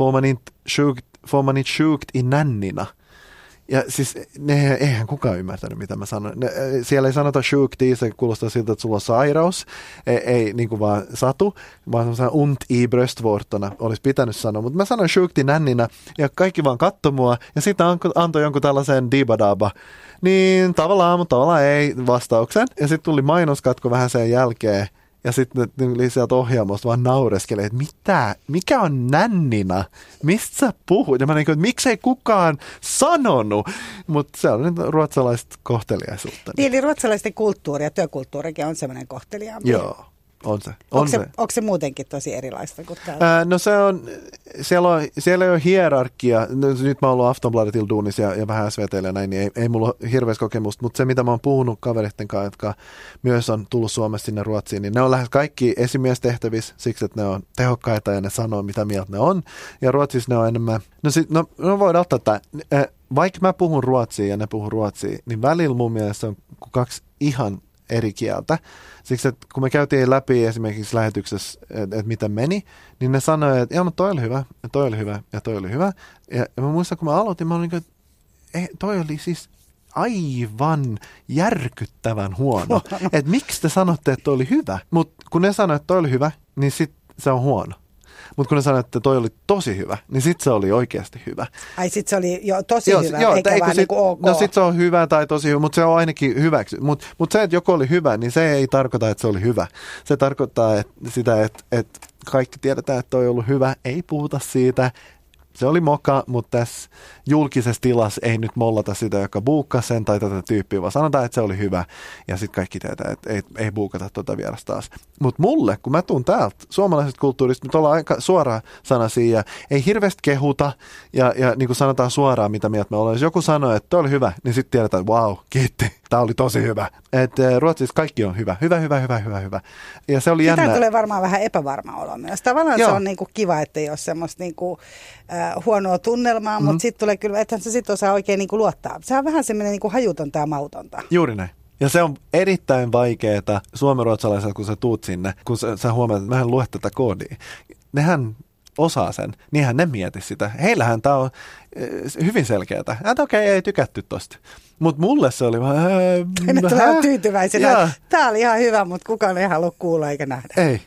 får man inte sjukt i nännina. Ja siis eihän kukaan ymmärtänyt, mitä mä sanoin. Siellä ei sanota sjukti, se kuulostaa siltä, että sulla on sairaus, ei niin kuin vaan satu, vaan se on ont i bröstvårtorna, olisi pitänyt sanoa. Mutta mä sanoin sjukti nänninä, ja kaikki vaan katsoi mua, ja sitten antoi jonkun tällaisen dibadaba. Niin tavallaan, mutta tavallaan ei vastauksen. Ja sitten tuli mainoskatko vähän sen jälkeen, ja sitten ne sieltä ohjaamosta vaan naureskelee, että mikä on nännina? Mistä sä puhut? Ja mä että miksei kukaan sanonut? Mutta se on nyt ruotsalaista kohteliaisuutta. Niin, eli ruotsalaisten kulttuuri ja työkulttuurikin on semmoinen kohteliaampi. Joo, on se. Onko se muutenkin tosi erilaista kuin täällä? No se on, siellä ei ole hierarkia. Nyt mä oon ollut Aftonbladetilla duunissa ja vähän SVT:llä ja näin, niin ei mulla ole hirveästi kokemusta. Mutta se, mitä mä oon puhunut kaveritten kanssa, jotka myös on tullut Suomesta sinne Ruotsiin, niin ne on lähes kaikki esimiestehtävissä siksi, että ne on tehokkaita ja ne sanoo, mitä mieltä ne on. Ja Ruotsissa ne on enemmän, no voidaan ottaa tämä. Vaikka mä puhun ruotsia ja ne puhun ruotsia, niin välillä mun mielestä on kaksi ihan eri kieltä. Siksi, että kun me käytiin läpi esimerkiksi lähetyksessä, että miten meni, niin ne sanoi, että mutta toi oli hyvä, ja toi oli hyvä, ja toi oli hyvä. Ja mä muistan, kun mä aloitin, mä olin niin kuin, toi oli siis aivan järkyttävän huono. Että miksi te sanotte, että toi oli hyvä? Mutta kun ne sanoi, että toi oli hyvä, niin sit se on huono. Mutta kun ne sanoivat, että toi oli tosi hyvä, niin sitten se oli oikeasti hyvä. Ai sitten se oli jo tosi hyvä, eikä vaan niin kuin ok. No sitten se on hyvä tai tosi hyvä, mutta se on ainakin hyväksi. Mutta se, että joku oli hyvä, niin se ei tarkoita, että se oli hyvä. Se tarkoittaa sitä, että kaikki tiedetään, että toi on ollut hyvä, ei puhuta siitä. Se oli moka, mutta tässä julkisessa tilassa ei nyt mollata sitä, joka buukkasi sen tai tätä tyyppiä, vaan sanotaan, että se oli hyvä. Ja sitten kaikki tietää, että ei buukata tuota vierasta taas. Mutta mulle, kun mä tuun täältä suomalaisesta kulttuurista, nyt ollaan aika suora sanaisia ja ei hirveästi kehuta ja niin kuin sanotaan suoraan, mitä mieltä me ollaan. Jos joku sanoo, että toi oli hyvä, niin sitten tiedetään, että vau, kiitti, tää oli tosi hyvä. Että Ruotsissa kaikki on hyvä. Hyvä. Ja se oli jännä. Sitä tulee varmaan vähän epävarma olo myös. Tavallaan se on niin kuin kiva, että ei ole semmoista niin kuin huonoa tunnelmaa, mutta sitten tulee kyllä, että se sitten osaa oikein niin kuin luottaa. Se on vähän semmoinen niin kuin hajutonta ja mautonta. Juuri näin. Ja se on erittäin vaikeaa suomenruotsalaiselta, kun sä tuut sinne, kun sä huomaat, että mä en lue tätä koodia. Nehän osaa sen, niinhän ne mieti sitä. Heillähän tää on hyvin selkeätä. Okei, ei tykätty tosta. Mutta mulle se oli vähän... Ne tulee tyytyväisenä. Tää oli ihan hyvä, mutta kukaan ei halua kuulla eikä nähdä. Ei,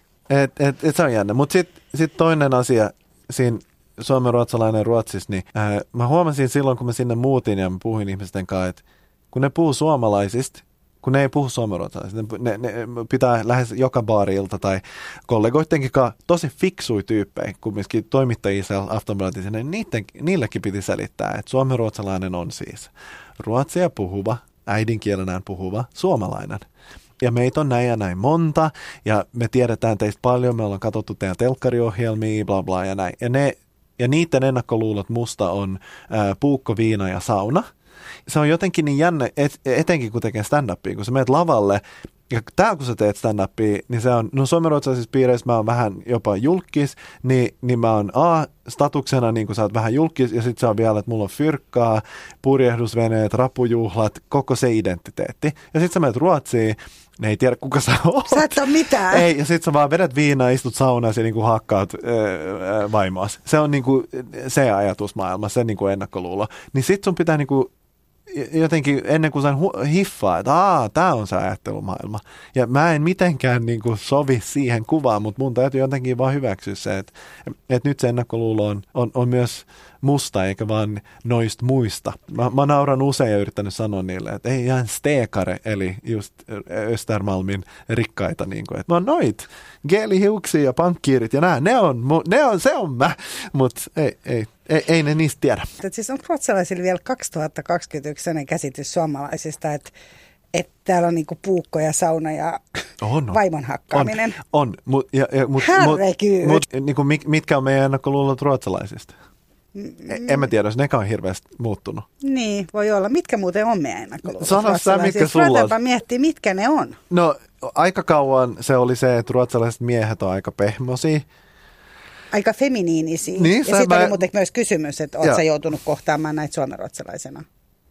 se on jännä. Mutta sitten toinen asia siinä suomenruotsalainen Ruotsissa, niin mä huomasin silloin, kun mä sinne muutin ja mä puhuin ihmisten kanssa, että kun ne puhuu suomalaisista, kun ne ei puhu suomenruotsalaisista, ne pitää lähes joka baari-ilta tai kollegoittenkin tosi fiksui tyyppejä, kumminkin toimittajia siellä Aftonbladissa, niin niillekin piti selittää, että suomenruotsalainen on siis ruotsia puhuva, äidinkielenään puhuva suomalainen. Ja meitä on näin ja näin monta, ja me tiedetään teistä paljon, me ollaan katsottu teidän telkkariohjelmia, bla bla ja näin. Ja niiden ennakkoluulot musta on puukko, viina ja sauna. Se on jotenkin niin jännä, etenkin kun tekee stand-upia, kun sä menet lavalle, ja täällä kun sä teet stand-upia, niin se on, no suomenruotsalaisissa piireissä mä oon vähän jopa julkis, niin mä oon statuksena, niin kun sä oot vähän julkis, ja sitten se on vielä, että mulla on fyrkkaa, purjehdusveneet, rapujuhlat, koko se identiteetti. Ja sitten sä menet Ruotsiin, ne ei tiedä, kuka sä oot. Sä et ole mitään. Ei, ja sit sä vaan vedät viinaa, istut saunassa ja niinku hakkaat vaimoas. Se on niinku se ajatusmaailma, se niinku ennakkoluulo. Niin sit sun pitää niinku jotenkin ennen kuin sen hiffaa, että tää on se ajattelumaailma. Ja mä en mitenkään niinku sovi siihen kuvaan, mutta mun täytyy jotenkin vaan hyväksyä se, että nyt se ennakkoluulo on myös musta, eikä vaan noista muista. Mä nauran usein ja yrittänyt sanoa niille, että ei ihan stekare, eli just Östermalmin rikkaita. Niin kuin, että mä oon noit, geelihiuksia ja pankkiirit ja se on mä, mutta ei ne niistä tiedä. Siis on ruotsalaisilla vielä 2021 sellainen käsitys suomalaisista, että täällä on niinku puukko ja sauna ja vaimon hakkaaminen. On. Niinku, mitkä on meidän ennakkoluulot ruotsalaisista? En mä tiedä, jos nekään on hirveästi muuttunut. Niin, voi olla. Mitkä muuten on meidän ennakkoluulot? Sano sä, mitkä sulla on. Ruvetaanpa miettiä, mitkä ne on. No, aika kauan se oli se, että ruotsalaiset miehet on aika pehmosia. Aika feminiinisiä. Niin, ja sitten oli muuten myös kysymys, että ootko sä joutunut kohtaamaan näitä suomenruotsalaisena?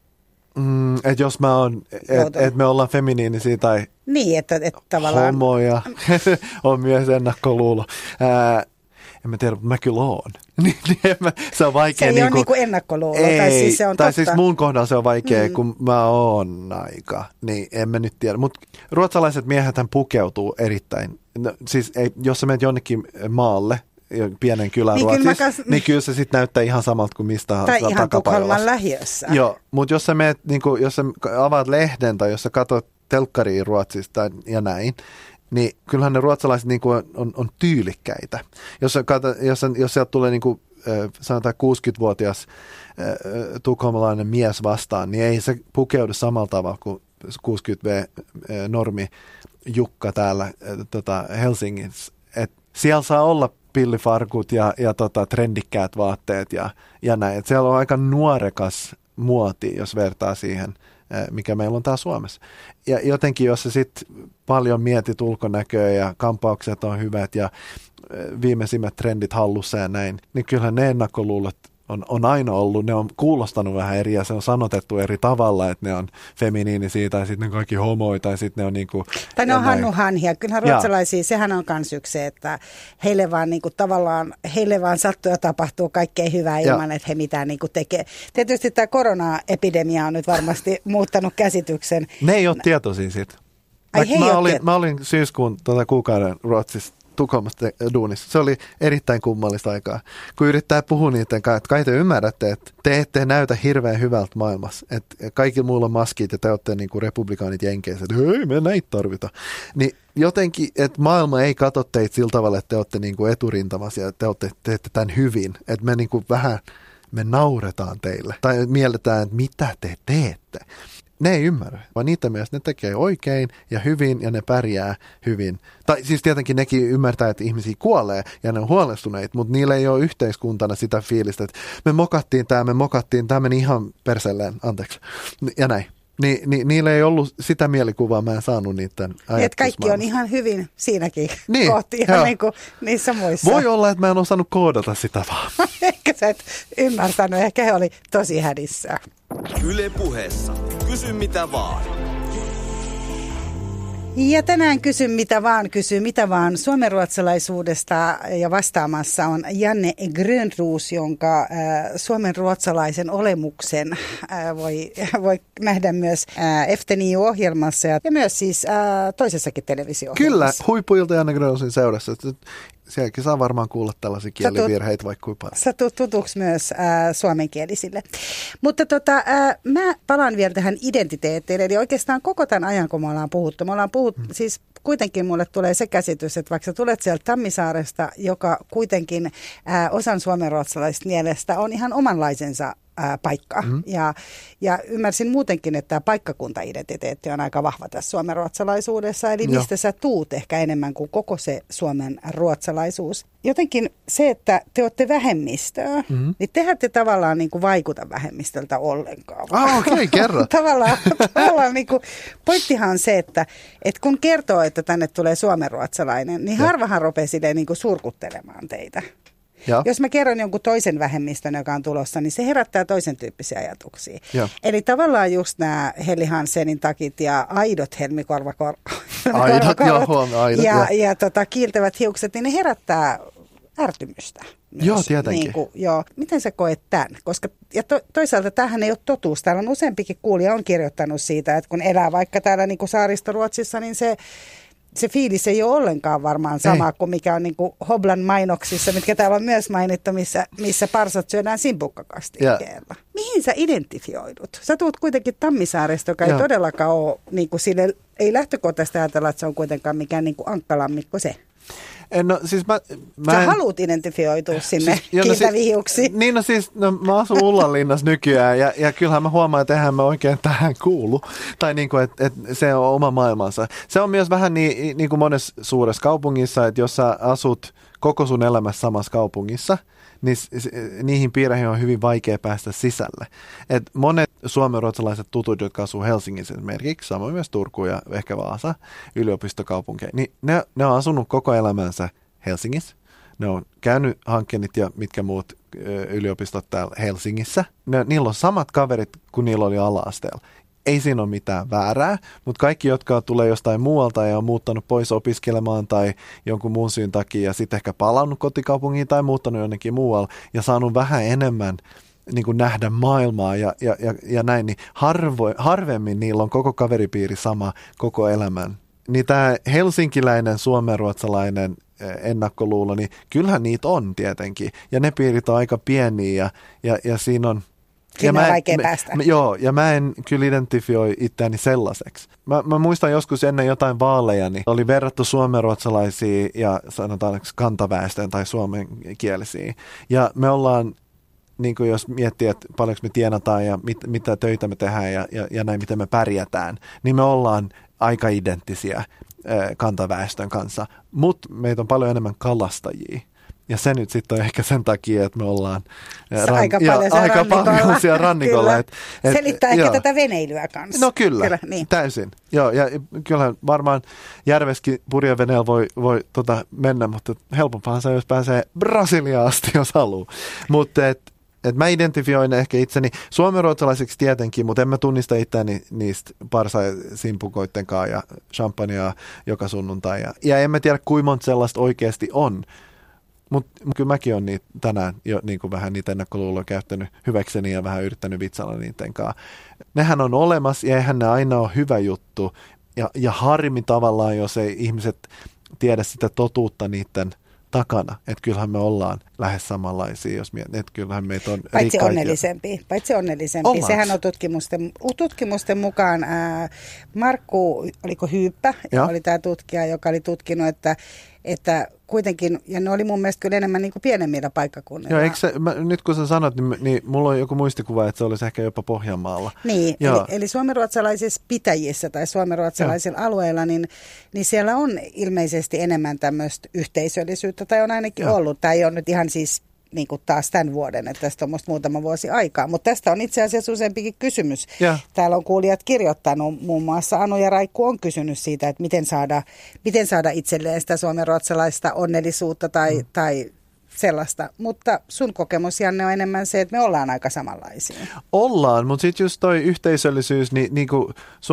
Että jos mä oon, että me ollaan feminiinisiä tai niin, että tavallaan homoja, on myös ennakkoluulo. En mä tiedä, mutta mä kyllä oon. Se on vaikea. Se ei ole niinku ennakkoluulo. Tai siis se on tai totta. Siis mun kohdalla se on vaikea, kun mä oon aika. Niin en mä nyt tiedä. Mutta ruotsalaiset miehethän pukeutuu erittäin. No, siis jos sä menet jonnekin maalle, pienen kylän niin Ruotsissa, niin kyllä se sitten näyttää ihan samalta kuin mistä tai ihan Tukholman lähiössä. Joo, mutta jos sä menet, niinku, jos sä avaat lehden tai jos sä katsot telkkaria Ruotsista ja näin, niin kyllähän ne ruotsalaiset niinku on tyylikkäitä. Jos sieltä tulee niinku, sanotaan 60-vuotias tukholmalainen mies vastaan, niin ei se pukeudu samalla tavalla kuin 60V-normi Jukka täällä Helsingissä. Et siellä saa olla pillifarkut ja trendikkäät vaatteet ja näin. Et siellä on aika nuorekas muoti, jos vertaa siihen, mikä meillä on täällä Suomessa. Ja jotenkin, jos sä sitten paljon mietit ulkonäköä ja kampaukset on hyvät ja viimeisimmät trendit hallussa ja näin, niin kyllähän ne ennakkoluulot on aina ollut, ne on kuulostanut vähän eri ja se on sanotettu eri tavalla, että ne on feminiinisiä tai sitten ne on kaikki homoita tai sitten ne on niinku... Tai ne on Hannu Hanhia. Kyllähän ruotsalaisia, sehän on kans yksi se, että heille vaan niinku tavallaan, heille vaan sattuu ja tapahtuu kaikkea hyvää ilman, että he mitään niinku tekee. Tietysti tämä koronaepidemia on nyt varmasti muuttanut käsityksen. Ne ei ole tietoisia siitä. Mä olin syyskuun kuukauden Ruotsissa Tukholmassa duunissa. Se oli erittäin kummallista aikaa. Kun yrittää puhua niiden kanssa, että kai te ymmärrätte, että te ette näytä hirveän hyvältä maailmassa. Että kaikilla muilla on maskit ja te olette niin kuin republikaanit jenkeissä, että hei, me näitä tarvita. Niin jotenkin, että maailma ei katso teitä sillä tavalla, että te olette niin kuin eturintamassa ja te teette tämän hyvin. Että me niin kuin vähän, me nauretaan teille. Tai mielletään, että mitä te teette. Ne ei ymmärrä, vaan niitä mielestä ne tekee oikein ja hyvin ja ne pärjää hyvin. Tai siis tietenkin nekin ymmärtää, että ihmisiä kuolee ja ne on huolestuneita, mutta niillä ei ole yhteiskuntana sitä fiilistä, että me mokattiin, tämä meni ihan perselleen, anteeksi, ja näin. Niillä ei ollut sitä mielikuvaa, mä en saanut niiden ajatusmaailmasta. Että kaikki on ihan hyvin siinäkin kohti, ihan niin kuin niissä muissa. Voi olla, että mä en osannut koodata sitä vaan. Ehkä sä et ymmärtänyt, ehkä he oli tosi hädissä. Yle Puheessa. Kysy mitä vaan. Ja tänään kysy mitä vaan suomenruotsalaisuudesta ja vastaamassa on Janne Grönroos, jonka suomenruotsalaisen olemuksen voi nähdä myös FTNI-ohjelmassa ja myös siis toisessakin televisio-ohjelmassa. Kyllä, huippuilta Janne Grönroosin seurassa. Sielläkin saa varmaan kuulla tällaisia kielivirheitä vaikka kuinka paljon. Sä tulet tutuksi myös suomenkielisille. Mutta mä palaan vielä tähän identiteettiin. Eli oikeastaan koko tämän ajan, kun me ollaan puhuttu, siis kuitenkin mulle tulee se käsitys, että vaikka sä tulet sieltä Tammisaaresta, joka kuitenkin osan suomenruotsalaisista mielestä on ihan omanlaisensa paikka. Mm-hmm. Ja ymmärsin muutenkin, että tämä paikkakunta-identiteetti on aika vahva tässä suomenruotsalaisuudessa, eli mistä sä tuut ehkä enemmän kuin koko se suomen ruotsalaisuus. Jotenkin se, että te olette vähemmistöä, niin tehän te tavallaan niin kuin vaikuta vähemmistöltä ollenkaan. Okei, kerro. tavallaan niin kuin, pointtihan on se, että kun kertoo, että tänne tulee suomenruotsalainen, niin harvahan rupeaa silleen niin kuin surkuttelemaan teitä. Ja. Jos mä kerron jonkun toisen vähemmistön, joka on tulossa, niin se herättää toisen tyyppisiä ajatuksia. Ja. Eli tavallaan just nämä Helly Hansenin takit ja aidot helmikorvakorvat ja kiiltävät hiukset, niin ne herättää ärtymystä. Myös. Joo, tietenkin. Miten sä koet tämän? Koska, ja toisaalta tämähän ei ole totuus. Täällä on useampikin kuulija on kirjoittanut siitä, että kun elää vaikka täällä niin kuin Saaristo-Ruotsissa, niin se fiilis ei ole ollenkaan varmaan sama kuin mikä on niin kuin Hoblan mainoksissa, mitkä täällä on myös mainittu, missä parsat syödään simpukkakastikkeella. Mihin sä identifioidut? Sä tuut kuitenkin Tammisaaresta, joka ei todellakaan ole, niin kuin sille, ei lähtökohtaisesti ajatella, että se on kuitenkaan mikään niin kuin ankkalammikko se. No siis sä haluut identifioitua sinne kiiltävihiuksiin. Mä asun Ullanlinnassa nykyään ja kyllähän mä huomaan, että eihän mä oikein tähän kuulu. Tai niin kuin, että se on oma maailmansa. Se on myös vähän niin kuin monessa suuressa kaupungissa, että jos sä asut koko sun elämässä samassa kaupungissa, niin niihin piireihin on hyvin vaikea päästä sisälle. Et monet suomenruotsalaiset tutut, jotka asuu Helsingissä esimerkiksi, samoin myös Turku ja ehkä Vaasa, yliopistokaupunkeja, niin ne on asunut koko elämänsä Helsingissä. Ne on käynyt Hankenit ja mitkä muut yliopistot täällä Helsingissä. Niillä on samat kaverit kuin niillä oli ala-asteella. Ei siinä ole mitään väärää, mutta kaikki, jotka tulee jostain muualta ja on muuttanut pois opiskelemaan tai jonkun muun syyn takia ja sitten ehkä palannut kotikaupungiin tai muuttanut jonnekin muualle ja saanut vähän enemmän niin kuin nähdä maailmaa ja näin, niin harvemmin niillä on koko kaveripiiri sama koko elämän. Niin tämä helsinkiläinen, suomenruotsalainen ennakkoluulo, niin kyllähän niitä on tietenkin ja ne piirit on aika pieniä ja siinä on... Siinä on vaikea päästä. Ja mä en kyllä identifioi itseäni sellaiseksi. Mä muistan joskus ennen jotain vaaleja, niin oli verrattu suomenruotsalaisia ja sanotaan kantaväestöön tai suomenkielisiä. Ja me ollaan, niin kuin jos miettii, että paljonko me tienataan ja mitä töitä me tehdään ja näin, miten me pärjätään, niin me ollaan aika identtisiä kantaväestön kanssa. Mutta meitä on paljon enemmän kalastajia. Ja se nyt sitten on ehkä sen takia, että me ollaan aika paljon siellä rannikolla. Selittää ehkä tätä veneilyä kanssa. No kyllä niin. Täysin. Joo, ja kyllähän varmaan järveskin purjeveneellä voi mennä, mutta helpompaahan se, jos pääsee Brasiliaan asti, jos haluaa. Mutta Et mä identifioin ehkä itseni suomenruotsalaiseksi tietenkin, mutta en mä tunnista itseäni niistä parsasimpukoittenkaan ja champagnea joka sunnuntai. Ja en mä tiedä, kuinka monta sellaista oikeasti on. Mutta kyllä mäkin olen tänään jo niin kuin vähän niitä ennakkoluuloja käyttänyt hyväkseni ja vähän yrittänyt vitsailla niiden kanssa. Nehän on olemassa ja eihän ne aina ole hyvä juttu. Ja harmi tavallaan, jos ei ihmiset tiedä sitä totuutta niiden takana. Että kyllähän me ollaan lähes samanlaisia, jos että kyllähän meitä on paitsi onnellisempi. Ollaanko? Sehän on tutkimusten mukaan Markku, oliko Hyyppä, oli tämä tutkija, joka oli tutkinut, että kuitenkin, ja ne oli mun mielestä kyllä enemmän niin kuin pienemmillä paikkakunnilla. Joo, nyt kun sä sanot, niin mulla on joku muistikuva, että se olisi ehkä jopa Pohjanmaalla. Niin, eli suomenruotsalaisissa pitäjissä tai suomenruotsalaisilla alueilla, niin siellä on ilmeisesti enemmän tämmöistä yhteisöllisyyttä, tai on ainakin ollut. Tämä ei ole nyt ihan siis niin kuin taas tämän vuoden, että tästä on musta muutama vuosi aikaa. Mutta tästä on itse asiassa useampikin kysymys. Täällä on kuulijat kirjoittanut, muun muassa Anu ja Raikku on kysynyt siitä, että miten saada itselleen sitä suomenruotsalaista onnellisuutta tai sellaista. Mutta sun kokemus, Janne, on enemmän se, että me ollaan aika samanlaisia. Ollaan, mutta sitten just toi yhteisöllisyys, niin kuin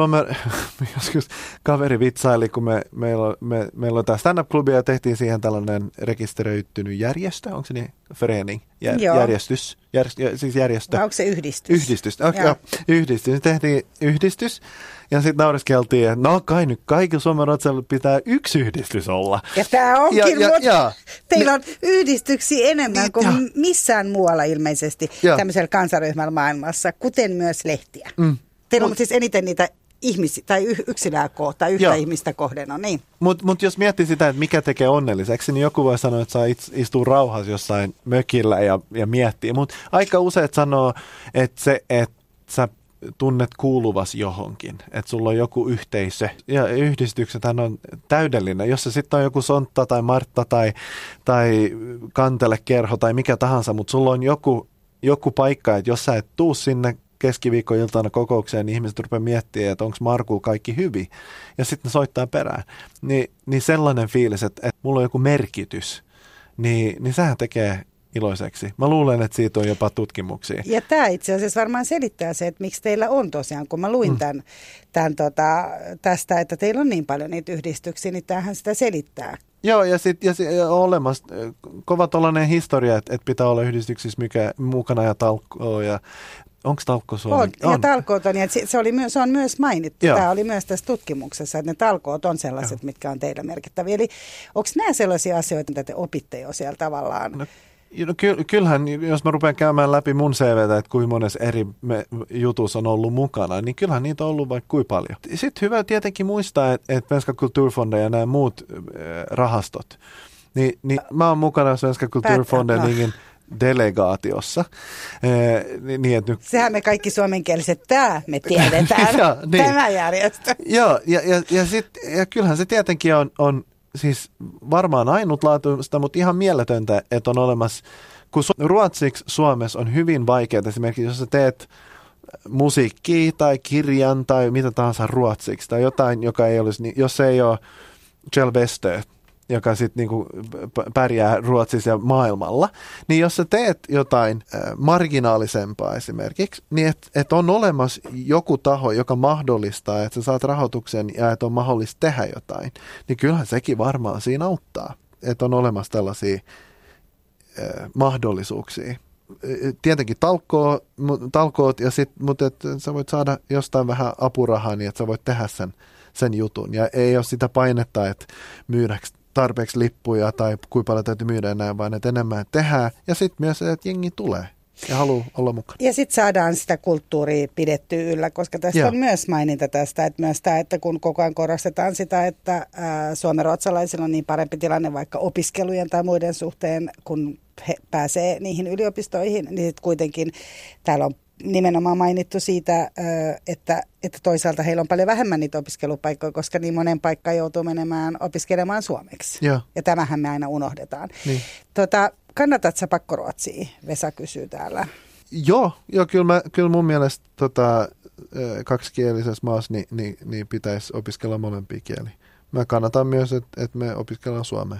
joskus kaveri vitsaili, kun meillä on tämä stand-up-klubi ja tehtiin siihen tällainen rekisteröitynyt järjestö, onko se niin? Förening, järjestys, siis järjestö. Vai onko se yhdistys? Yhdistys, yhdistys. Tehtiin yhdistys ja sitten naureskeltiin, että no kai nyt kaikilla suomenruotsalaisilla pitää yksi yhdistys olla. Ja tämä onkin, mutta teillä on yhdistyksiä enemmän kuin missään muualla ilmeisesti tämmöisellä kansaryhmällä maailmassa, kuten myös lehtiä. Teillä on siis eniten niitä ihmisiä tai yksilöä kohtaa, yhtä ihmistä kohden on niin. Mutta jos miettii sitä, että mikä tekee onnelliseksi, niin joku voi sanoa, että saa istua rauhassa jossain mökillä ja miettii. Mutta aika usein sanoo, että se, että sä tunnet kuuluvas johonkin, että sulla on joku yhteisö. Ja yhdistyksethän on täydellinen. Jos se sitten on joku Sontta tai Martta tai Kantele-kerho tai mikä tahansa, mutta sulla on joku paikka, että jos sä et tuu sinne keskiviikkoiltana kokoukseen, niin ihmiset rupeaa miettimään, että onko Markulla kaikki hyvin. Ja sitten ne soittaa perään. Niin sellainen fiilis, että mulla on joku merkitys, niin sehän tekee iloiseksi. Mä luulen, että siitä on jopa tutkimuksia. Ja tämä itse asiassa varmaan selittää se, että miksi teillä on tosiaan, kun mä luin tästä, että teillä on niin paljon niitä yhdistyksiä, niin tämähän sitä selittää. Joo, ja on olemassa kova tollainen historia, että pitää olla yhdistyksissä mukana ja talkoo ja onko talkoo Suomi? On. Ja talkoot on, ja se on myös mainittu. Joo. Tämä oli myös tässä tutkimuksessa, että ne talkoot on sellaiset, mitkä on teillä merkittäviä. Eli onko nämä sellaisia asioita, mitä te opitte jo siellä tavallaan? No, kyllähän, jos mä rupean käymään läpi mun CVtä, että kuinka monessa eri jutussa on ollut mukana, niin kyllähän niitä on ollut vaikka kuinka paljon. Sitten hyvä tietenkin muistaa, että Svenska Kulturfonden ja nämä muut rahastot, niin mä oon mukana Svenska Kulturfondenin delegaatiossa. Niin, että nyt... Sehän me kaikki suomenkieliset, me tiedetään, tämä järjestö. Joo, ja kyllähän se tietenkin on siis varmaan ainutlaatuista, mutta ihan mieletöntä, että on olemassa, kun ruotsiksi Suomessa on hyvin vaikeaa, esimerkiksi jos sä teet musiikkia tai kirjan tai mitä tahansa ruotsiksi tai jotain, joka ei olisi, jos se ei ole Kjell Westö, joka sitten niinku pärjää Ruotsissa ja maailmalla, niin jos sä teet jotain marginaalisempaa esimerkiksi, niin että on olemassa joku taho, joka mahdollistaa, että sä saat rahoituksen ja että on mahdollista tehdä jotain, niin kyllähän sekin varmaan siinä auttaa, että on olemassa tällaisia mahdollisuuksia. Tietenkin talkoot, mutta että sä voit saada jostain vähän apurahaa niin, että sä voit tehdä sen jutun. Ja ei ole sitä painetta, että myydäks tarpeeksi lippuja tai kuinka paljon täytyy myydä näin, vaan että enemmän tehdään. Ja sitten myös, että jengi tulee ja haluaa olla mukana. Ja sitten saadaan sitä kulttuuria pidettyä yllä, koska tässä on myös maininta tästä, että myös tämä, että kun koko ajan korostetaan sitä, että suomenruotsalaisilla on niin parempi tilanne vaikka opiskelujen tai muiden suhteen, kun he pääsee niihin yliopistoihin, niin sitten kuitenkin täällä on nimenomaan mainittu siitä, että toisaalta heillä on paljon vähemmän niitä opiskelupaikkoja, koska niin monen paikka joutuu menemään opiskelemaan suomeksi. Ja tämähän me aina unohdetaan. Niin. Kannatatko sä pakkoruotsia? Vesa kysyy täällä. Joo, kyllä mun mielestä kaksikielisessä maassa niin pitäisi opiskella molempia kieliä. Mä kannatan myös, että me opiskellaan suomea.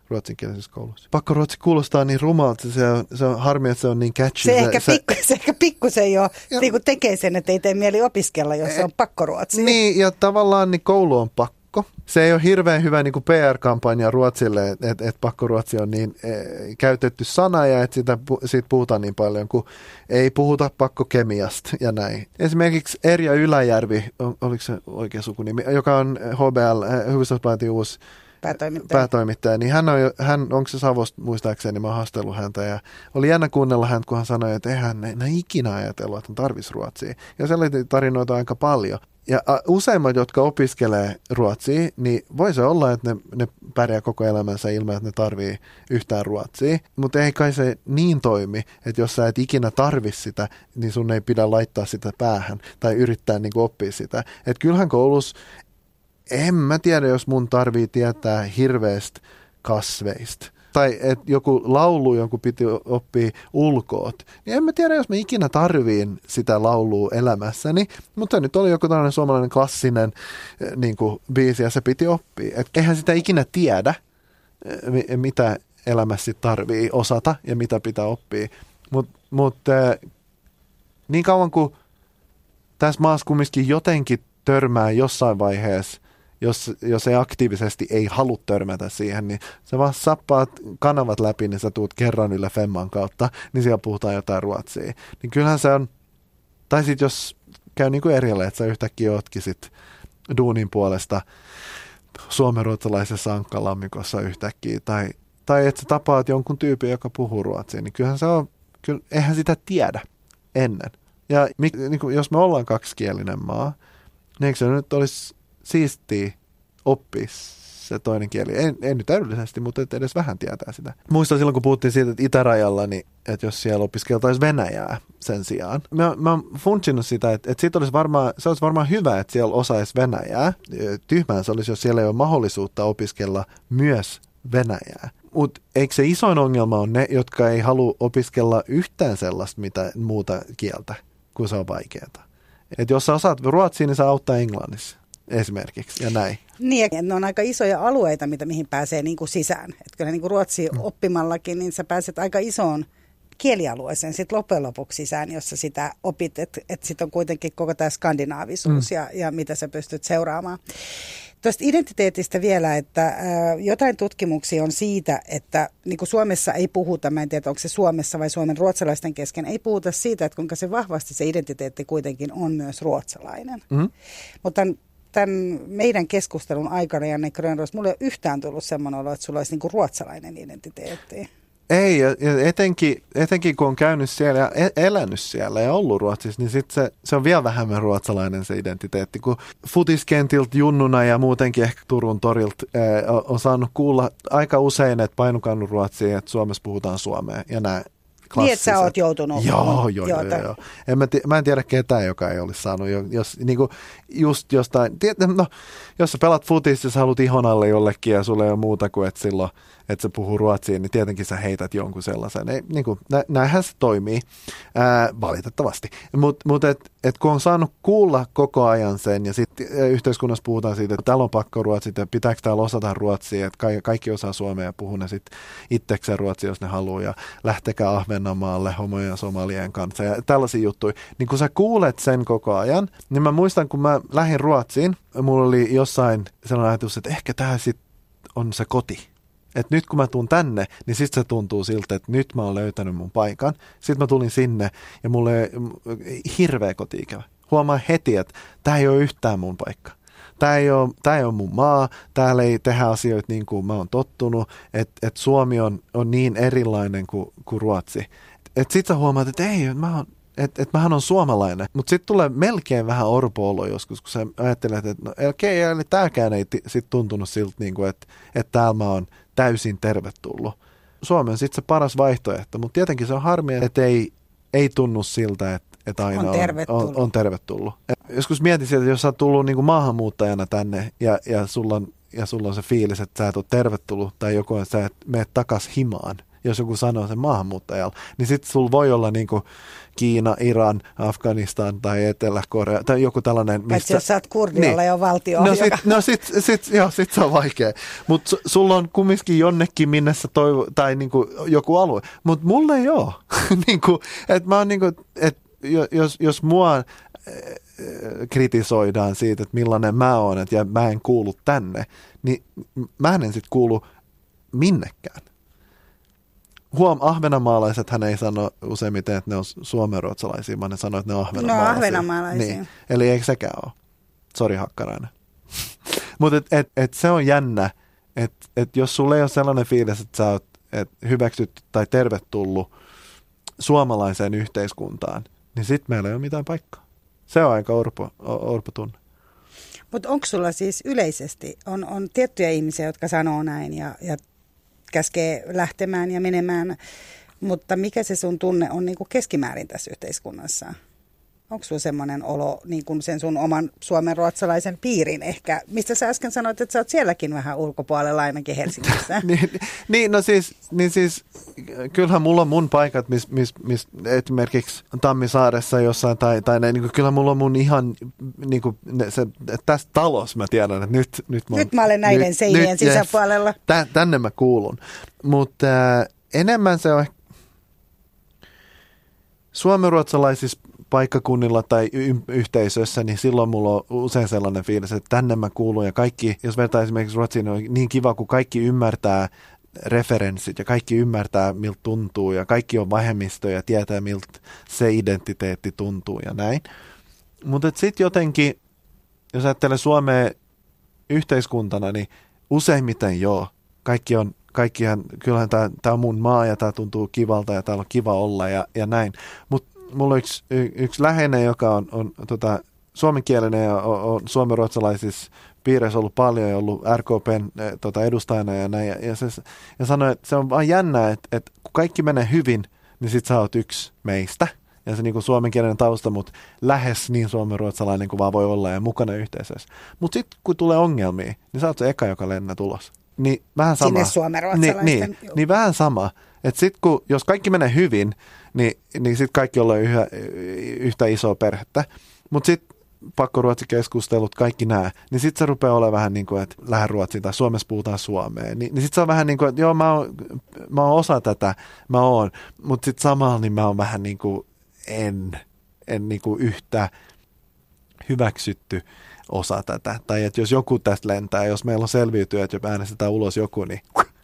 ruotsinkielisissä kouluissa. Pakkoruotsi kuulostaa niin rumalta, se on harmi, että se on niin catchy. Se ehkä pikkusen jo niin tekee sen, että ei tee mieli opiskella, jos se on pakkoruotsi. Niin, ja tavallaan niin koulu on pakko. Se ei ole hirveän hyvä niin kuin PR-kampanja Ruotsille, että pakkoruotsi on niin käytetty sana ja että siitä puhutaan niin paljon, kun ei puhuta pakkokemiasta ja näin. Esimerkiksi Erja Yläjärvi, oliko se oikea sukunimi, joka on HBL, Hufvudstadsbladetin uusi päätoimittaja, niin hän onko se Savosta muistaakseni, mä oon haastellut häntä ja oli jännä kuunnella häntä, kun hän sanoi, että eihän ne ikinä ajatellut, että tarvitsisi ruotsia. Ja sellaisia tarinoita aika paljon. Ja useimmat, jotka opiskelee ruotsia, niin voi se olla, että ne pärjää koko elämänsä ilman, että ne tarvii yhtään ruotsia. Mutta ei kai se niin toimi, että jos sä et ikinä tarvitse sitä, niin sun ei pidä laittaa sitä päähän tai yrittää niin kuin oppia sitä. Että kyllähän koulussa, en mä tiedä, jos mun tarvii tietää hirveästä kasveista. Tai että joku laulu, jonkun piti oppia ulkoot, niin en mä tiedä, jos mä ikinä tarviin sitä laulua elämässäni, mutta nyt oli joku tällainen suomalainen klassinen niin kuin biisi ja se piti oppia. Et eihän sitä ikinä tiedä, mitä elämässä tarvii osata ja mitä pitää oppia, mutta niin kauan kuin tässä maassa kumminkin jotenkin törmää jossain vaiheessa, jos ei aktiivisesti ei halua törmätä siihen, niin sä vaan sappaat kanavat läpi, niin sä tuut kerran Yle Femman kautta, niin siellä puhutaan jotain ruotsia. Niin kyllähän se on, tai sit jos käy niin kuin erille, että sä yhtäkkiä ootkin sit duunin puolesta suomenruotsalaisessa ankkalammikossa yhtäkkiä, tai että sä tapaat jonkun tyypin, joka puhuu ruotsia, niin kyllähän se on, eihän sitä tiedä ennen. Ja niin kuin, jos me ollaan kaksikielinen maa, niin eikö se nyt olisi siistiä oppia se toinen kieli. Ei nyt täydellisesti, mutta edes vähän tietää sitä. Muistan silloin, kun puhuttiin siitä, että itärajalla, niin, että jos siellä opiskeltaisiin venäjää sen sijaan. Mä oon funtsinut sitä, että siitä olisi varmaan hyvä, että siellä osaisi venäjää. Tyhmään se olisi, jos siellä ei ole mahdollisuutta opiskella myös venäjää. Mutta eikö se isoin ongelma on ne, jotka ei halua opiskella yhtään sellaista mitä muuta kieltä, kun se on vaikeaa. Että jos sä osaat ruotsia, niin sä auttaa englannissa. Esimerkiksi, ja näin. Niin, ja ne on aika isoja alueita, mihin pääsee niin kuin sisään. Että kyllä niin kuin ruotsia oppimallakin, niin sä pääset aika isoon kielialueeseen sitten loppujen lopuksi sisään, jossa sitä opit, että sitten on kuitenkin koko tämä skandinaavisuus ja mitä sä pystyt seuraamaan. Tuosta identiteetistä vielä, että jotain tutkimuksia on siitä, että niin kuin Suomessa ei puhuta, mä en tiedä onko se Suomessa vai Suomen ruotsalaisten kesken, ei puhuta siitä, että kuinka se vahvasti se identiteetti kuitenkin on myös ruotsalainen. Mutta tämän meidän keskustelun aikana, Janne Grönroos, mulla ei ole yhtään tullut semmoinen olo, että sulla olisi niin kuin ruotsalainen identiteetti. Ei, ja etenkin kun on käynyt siellä ja elänyt siellä ja ollut Ruotsissa, niin sitten se on vielä vähemmän ruotsalainen se identiteetti, kun futiskentiltä junnuna ja muutenkin ehkä Turun torilta on saanut kuulla aika usein, että painukannut Ruotsia, että Suomessa puhutaan suomea ja nämä klassiset. Niin, että sä oot joutunut. Joo. Mä en tiedä ketään, joka ei olisi saanut, jos niinku just jostain, jos sä pelat futista ja sä haluat ihon alle jollekin ja sulla ei ole muuta kuin, että silloin, että sä puhuu ruotsiin, niin tietenkin sä heität jonkun sellaisen. Niinku, näinhän se toimii, valitettavasti. Mutta kun on saanut kuulla koko ajan sen ja sitten yhteiskunnassa puhutaan siitä, että täällä on pakko ruotsit ja pitääkö täällä osata ruotsia, että kaikki osaa suomea ja puhuu ne sitten itsekseen ruotsia, jos ne haluaa ja lähtekää Ahvenanmaalle homojen ja somalien kanssa ja tällaisia juttuja. Niin kun sä kuulet sen koko ajan, niin mä muistan, kun mä lähdin Ruotsiin, mulla oli jossain sellainen ajatus, että ehkä tää sitten on se koti. Että nyt kun mä tuun tänne, niin sitten se tuntuu siltä, että nyt mä oon löytänyt mun paikan. Sitten mä tulin sinne ja mulla oli hirveä koti-ikävä. Huomaan heti, että tää ei ole yhtään mun paikka. Tää ei ole mun maa, täällä ei tehdä asioita niin kuin mä oon tottunut, että Suomi on niin erilainen kuin Ruotsi. Että sit sä huomaat, että ei, että mähän on suomalainen, mutta sitten tulee melkein vähän orpo-olo joskus, kun sä ajattelet, että no okei, eli tääkään ei sitten tuntunut siltä, niin kuin, että täällä mä oon täysin tervetullut. Suomi on sitten se paras vaihtoehto, mutta tietenkin se on harmi, että ei tunnu siltä, että aina on tervetullut. Joskus mietin sieltä, että jos sä oot tullut niin kuin maahanmuuttajana tänne ja sulla on se fiilis, että sä et ole tervetullut tai joku, että sä et mene takas himaan, jos joku sanoo sen maahanmuuttajalla. Niin sitten sulla voi olla niinku Kiina, Iran, Afganistan tai Etelä-Korea tai joku tällainen. Paitsi jos sä oot kurdi, jolla jo valtio. Sit se on vaikea. Mutta sulla on kumminkin jonnekin minnessä tai niinku joku alue. Mutta mulle ei ole. Niinku, että mä oon niinku, että jos mua kritisoidaan siitä, että millainen mä oon, ja mä en kuulu tänne, niin mä en sitten kuulu minnekään. Ahvenanmaalaisethan ei sano useimmiten, että ne on suomenruotsalaisia, vaan ne sanoo, että ne on ahvenanmaalaisia. No ahvenanmaalaisia. Niin. Eli eikö sekään ole? Sori Hakkarainen. Mutta se on jännä, että jos sulla ei ole sellainen fiilis, että sä oot hyväksytty tai tervetullut suomalaiseen yhteiskuntaan, niin sitten meillä ei ole mitään paikkaa. Se on aika orpo tunne. Mutta onko sulla siis yleisesti, on tiettyjä ihmisiä, jotka sanoo näin ja käskee lähtemään ja menemään, mutta mikä se sun tunne on niin kuin keskimäärin tässä yhteiskunnassa? Onko sulla semmoinen olo niin kuin sen sun oman suomenruotsalaisen piirin ehkä, mistä sä äsken sanoit, että sä oot sielläkin vähän ulkopuolella ainakin Helsingissä? niin siis kyllähän mulla on mun paikat, esimerkiksi Tammisaaressa jossain tai näin, niin kyllä mulla on mun ihan, niin kuin, tässä talossa mä tiedän, että nyt mä olen näiden seinien sisäpuolella. Tänne mä kuulun, mutta enemmän se on suomenruotsalaisissa paikkakunnilla tai yhteisössä, niin silloin mulla on usein sellainen fiilis, että tänne mä kuulun ja kaikki, jos vertaa esimerkiksi Ruotsiin, niin on niin kiva, kun kaikki ymmärtää referenssit ja kaikki ymmärtää, miltä tuntuu ja kaikki on vähemmistöjä ja tietää, miltä se identiteetti tuntuu ja näin. Mutta sitten jotenkin, jos ajattelee Suomea yhteiskuntana, niin useimmiten joo. Kaikkihan, kyllähän tämä on mun maa ja tämä tuntuu kivalta ja täällä on kiva olla ja näin. Mutta mulla on yksi läheinen, joka on suomenkielinen ja on suomenruotsalaisissa piireissä ollut paljon ja ollut RKPn edustajana ja näin. Ja sanoi, että se on vaan jännä, että kun kaikki menee hyvin, niin sit sä oot yksi meistä. Ja se niin suomenkielinen tausta, mutta lähes niin suomenruotsalainen kuin vaan voi olla ja mukana yhteisössä. Mutta sitten kun tulee ongelmia, niin sä oot se eka, joka lennää tulos. Niin vähän sama. Sinne suomenruotsalaisten. Niin vähän sama. Että sitten jos kaikki menee hyvin, niin sitten kaikki ollaan yhtä isoa perhettä. Mutta sitten pakkoruotsikeskustelut, kaikki nämä, niin sitten se rupeaa olemaan vähän niin kuin, että lähden Ruotsiin tai Suomessa puhutaan suomeen. Niin sitten se on vähän niin kuin, että joo, mä oon osa tätä, mä oon, mutta sitten samalla niin mä oon vähän niin kuin, en niin kuin yhtä hyväksytty osa tätä. Tai että jos joku tästä lentää, jos meillä on selviytyä, että jos äänestetään ulos joku, niin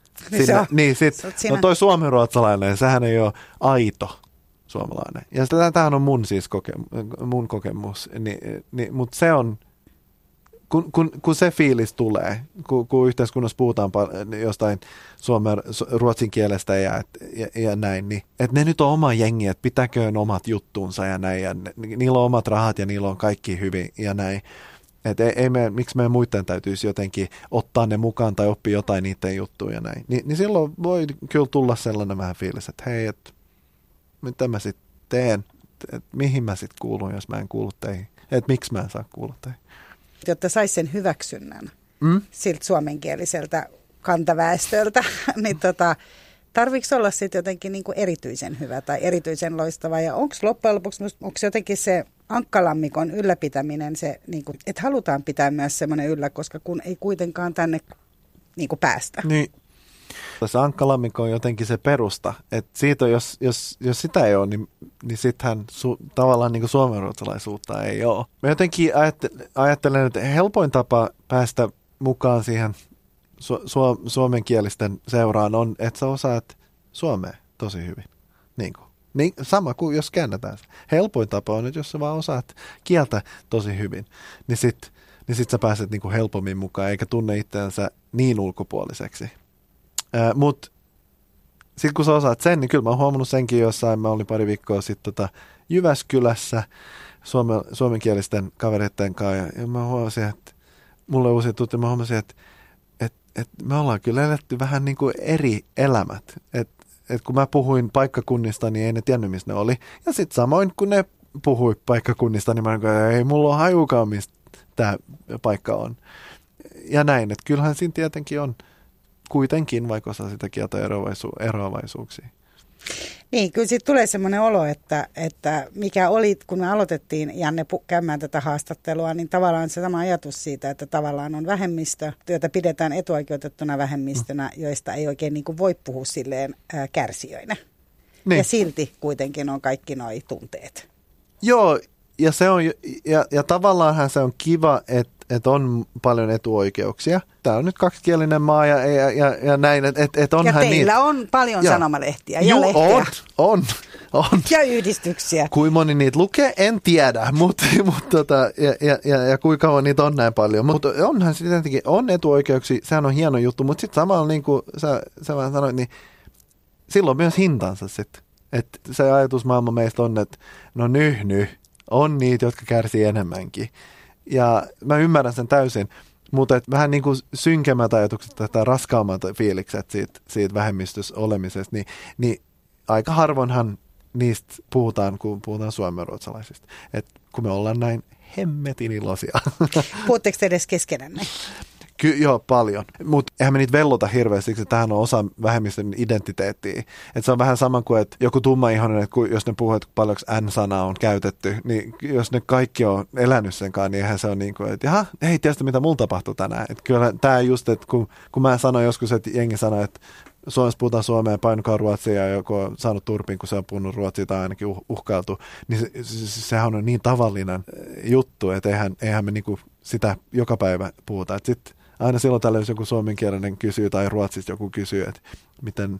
toi suomenruotsalainen, sehän ei ole aito suomalainen. Ja tämähän on mun kokemus. Mutta se on, kun se fiilis tulee, kun yhteiskunnassa puhutaan jostain ruotsin kielestä ja näin, niin että ne nyt on oma jengi, että pitäköön omat juttuunsa ja näin, ja niillä on omat rahat ja niillä on kaikki hyvin ja näin. Että miksi meidän muiden täytyisi jotenkin ottaa ne mukaan tai oppia jotain niiden juttuja ja näin. Niin silloin voi kyllä tulla sellainen vähän fiilis, että hei, että mitä mä sitten teen, että mihin mä sitten kuulun, jos mä en kuulu teihin. Että miksi mä en saa kuulla teihin. Jotta saisi sen hyväksynnän siltä suomenkieliseltä kantaväestöltä, niin tarviiko olla sitten jotenkin niinku erityisen hyvä tai erityisen loistava? Ja onko loppujen lopuksi, onko jotenkin se ankkalammikon ylläpitäminen se, niinku, että halutaan pitää myös semmoinen yllä, koska kun ei kuitenkaan tänne niinku päästä. Niin. Se ankkalammikko on jotenkin se perusta, että siitä jos sitä ei ole, niin sittenhän tavallaan niin kuin suomenruotsalaisuutta ei ole. Mä jotenkin ajattelen, että helpoin tapa päästä mukaan siihen suomenkielisten seuraan on, että sä osaat suomea tosi hyvin. Niin, sama kuin jos käännetään se. Helpoin tapa on, että jos sä vaan osaat kieltä tosi hyvin, niin sit sä pääset niin kuin helpommin mukaan, eikä tunne itseänsä niin ulkopuoliseksi. Mutta sitten kun sä osaat sen, niin kyllä mä oon huomannut senkin jossain. Mä olin pari viikkoa sitten Jyväskylässä suomenkielisten kavereiden kanssa. Ja mä huomasin, että mulle uusia tuttuja, mä huomasin, että me ollaan kyllä eletty vähän niin kuin eri elämät. Että kun mä puhuin paikkakunnista, niin ei ne tiennyt, missä ne oli. Ja sitten samoin, kun ne puhui paikkakunnista, niin mä ei mulla ole hajukaan, mistä tämä paikka on. Ja näin, että kyllähän siinä tietenkin on kuitenkin, vaikka osaa sitä kieltoeroavaisuuksia. Niin, kyllä siitä tulee semmoinen olo, että mikä oli, kun me aloitettiin Janne käymään tätä haastattelua, niin tavallaan se sama ajatus siitä, että tavallaan on vähemmistö, joita pidetään etuoikeutettuna vähemmistönä, joista ei oikein niin kuin voi puhua silleen kärsijöinä. Niin. Ja silti kuitenkin on kaikki nuo tunteet. Joo, ja, se on, ja tavallaanhan se on kiva, että on paljon etuoikeuksia. Tämä on nyt kaksikielinen maa ja näin, että onhan ja teillä on paljon sanomalehtiä ja lehtiä. On. Ja yhdistyksiä. Kuinka moni niitä lukee, en tiedä, mutta ja kuinka kauan niitä on näin paljon. Mutta onhan se tietenkin, on etuoikeuksia, sehän on hieno juttu, mutta sitten samalla niin kuin sä vähän sanoit, niin silloin myös hintansa sitten. Että se ajatusmaailma meistä on, että no on niitä, jotka kärsii enemmänkin. Ja mä ymmärrän sen täysin, mutta vähän niin kuin synkemmät ajatukset tai raskaammat fiilikset siitä vähemmistössä olemisesta, niin aika harvoinhan niistä puhutaan, kun puhutaan suomenruotsalaisista. Et kun me ollaan näin hemmetin iloisia. Puhutteko te edes keskenänne? Joo, paljon. Mutta eihän me niitä vellota hirveästi, siksi tämähän on osa vähemmistön identiteettiä. Et se on vähän sama kuin, että joku tummaihoinen, että jos ne puhuu, että paljonko N-sanaa on käytetty, niin jos ne kaikki on elänyt senkaan, niin eihän se on niin kuin, että jaha, hei, tiedätkö mitä mulla tapahtui tänään. Että kyllä tämä just, että kun mä sanoin joskus, että jengi sanoi, että Suomessa puhutaan suomea ja painukaa ruotsia ja joku on saanut turpin, kun se on puhunut ruotsia tai ainakin uhkailtu, niin sehän on niin tavallinen juttu, että eihän me niinku sitä joka päivä puhuta. Sitten aina silloin tällä, jos joku suomenkielinen kysyy tai ruotsista joku kysyy, että miten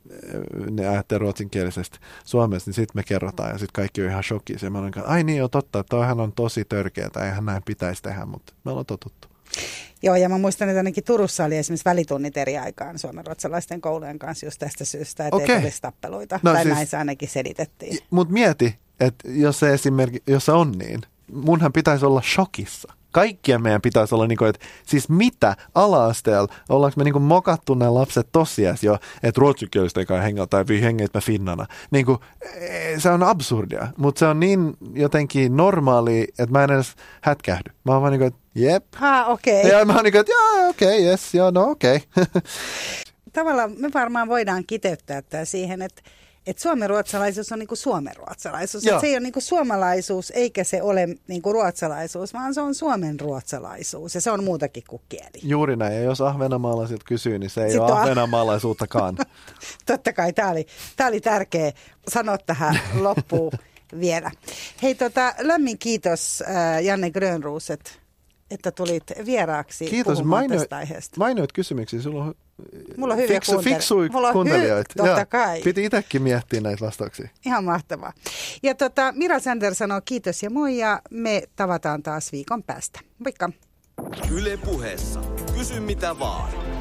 ne ajattelee ruotsinkielisestä Suomessa, niin sitten me kerrotaan ja sitten kaikki on ihan shokissa. Ja mä olen ai niin jo totta, että toihan on tosi törkeätä, eihän näin pitäisi tehdä, mutta me ollaan totuttu. Joo, ja mä muistan, että ainakin Turussa oli esimerkiksi välitunnit eri aikaan suomenruotsalaisten koulujen kanssa just tästä syystä, että ei olisi tappeluita. No, tai siis, näin se ainakin selitettiin. Mutta mieti, että jos se on niin, munhan pitäisi olla shokissa. Kaikkien meidän pitäisi olla, niin kuin, että siis mitä ala-asteella, ollaanko me niin kuin mokattu nämä lapset tosiaan jo, että ruotsinkielistä ei kai hengellä tai hengeitä finnana. Niin kuin, se on absurdia, mutta se on niin jotenkin normaali, että mä en edes hätkähdy. Mä oon vaan niin kuin, että jep. Okei. Okay. Ja mä oon niin kuin, että joo, okei, yes, joo, no okei. Okay. Tavallaan me varmaan voidaan kiteyttää tämä siihen, että suomenruotsalaisuus on niinku suomenruotsalaisuus. Se ei ole niinku suomalaisuus eikä se ole niinku ruotsalaisuus, vaan se on suomenruotsalaisuus ja se on muutakin kuin kieli. Juuri näin. Ja jos ahvenanmaalaiset kysyy, niin se ei ole ahvenanmaalaisuuttakaan. Totta kai. Tämä oli tärkeä sanoa tähän loppuun vielä. Hei, lämmin kiitos Janne Grönroos, että tulit vieraaksi puhumaan tästä aiheesta. Mainoit kysymyksiä. Mulla on hyviä fiksui kuuntelijoita. Totta kai. Piti itsekin miettiä näitä vastauksia. Ihan mahtavaa. Ja Mira Sander sanoo kiitos ja moi ja me tavataan taas viikon päästä. Moikka. Yle Puheessa. Kysy mitä vaan.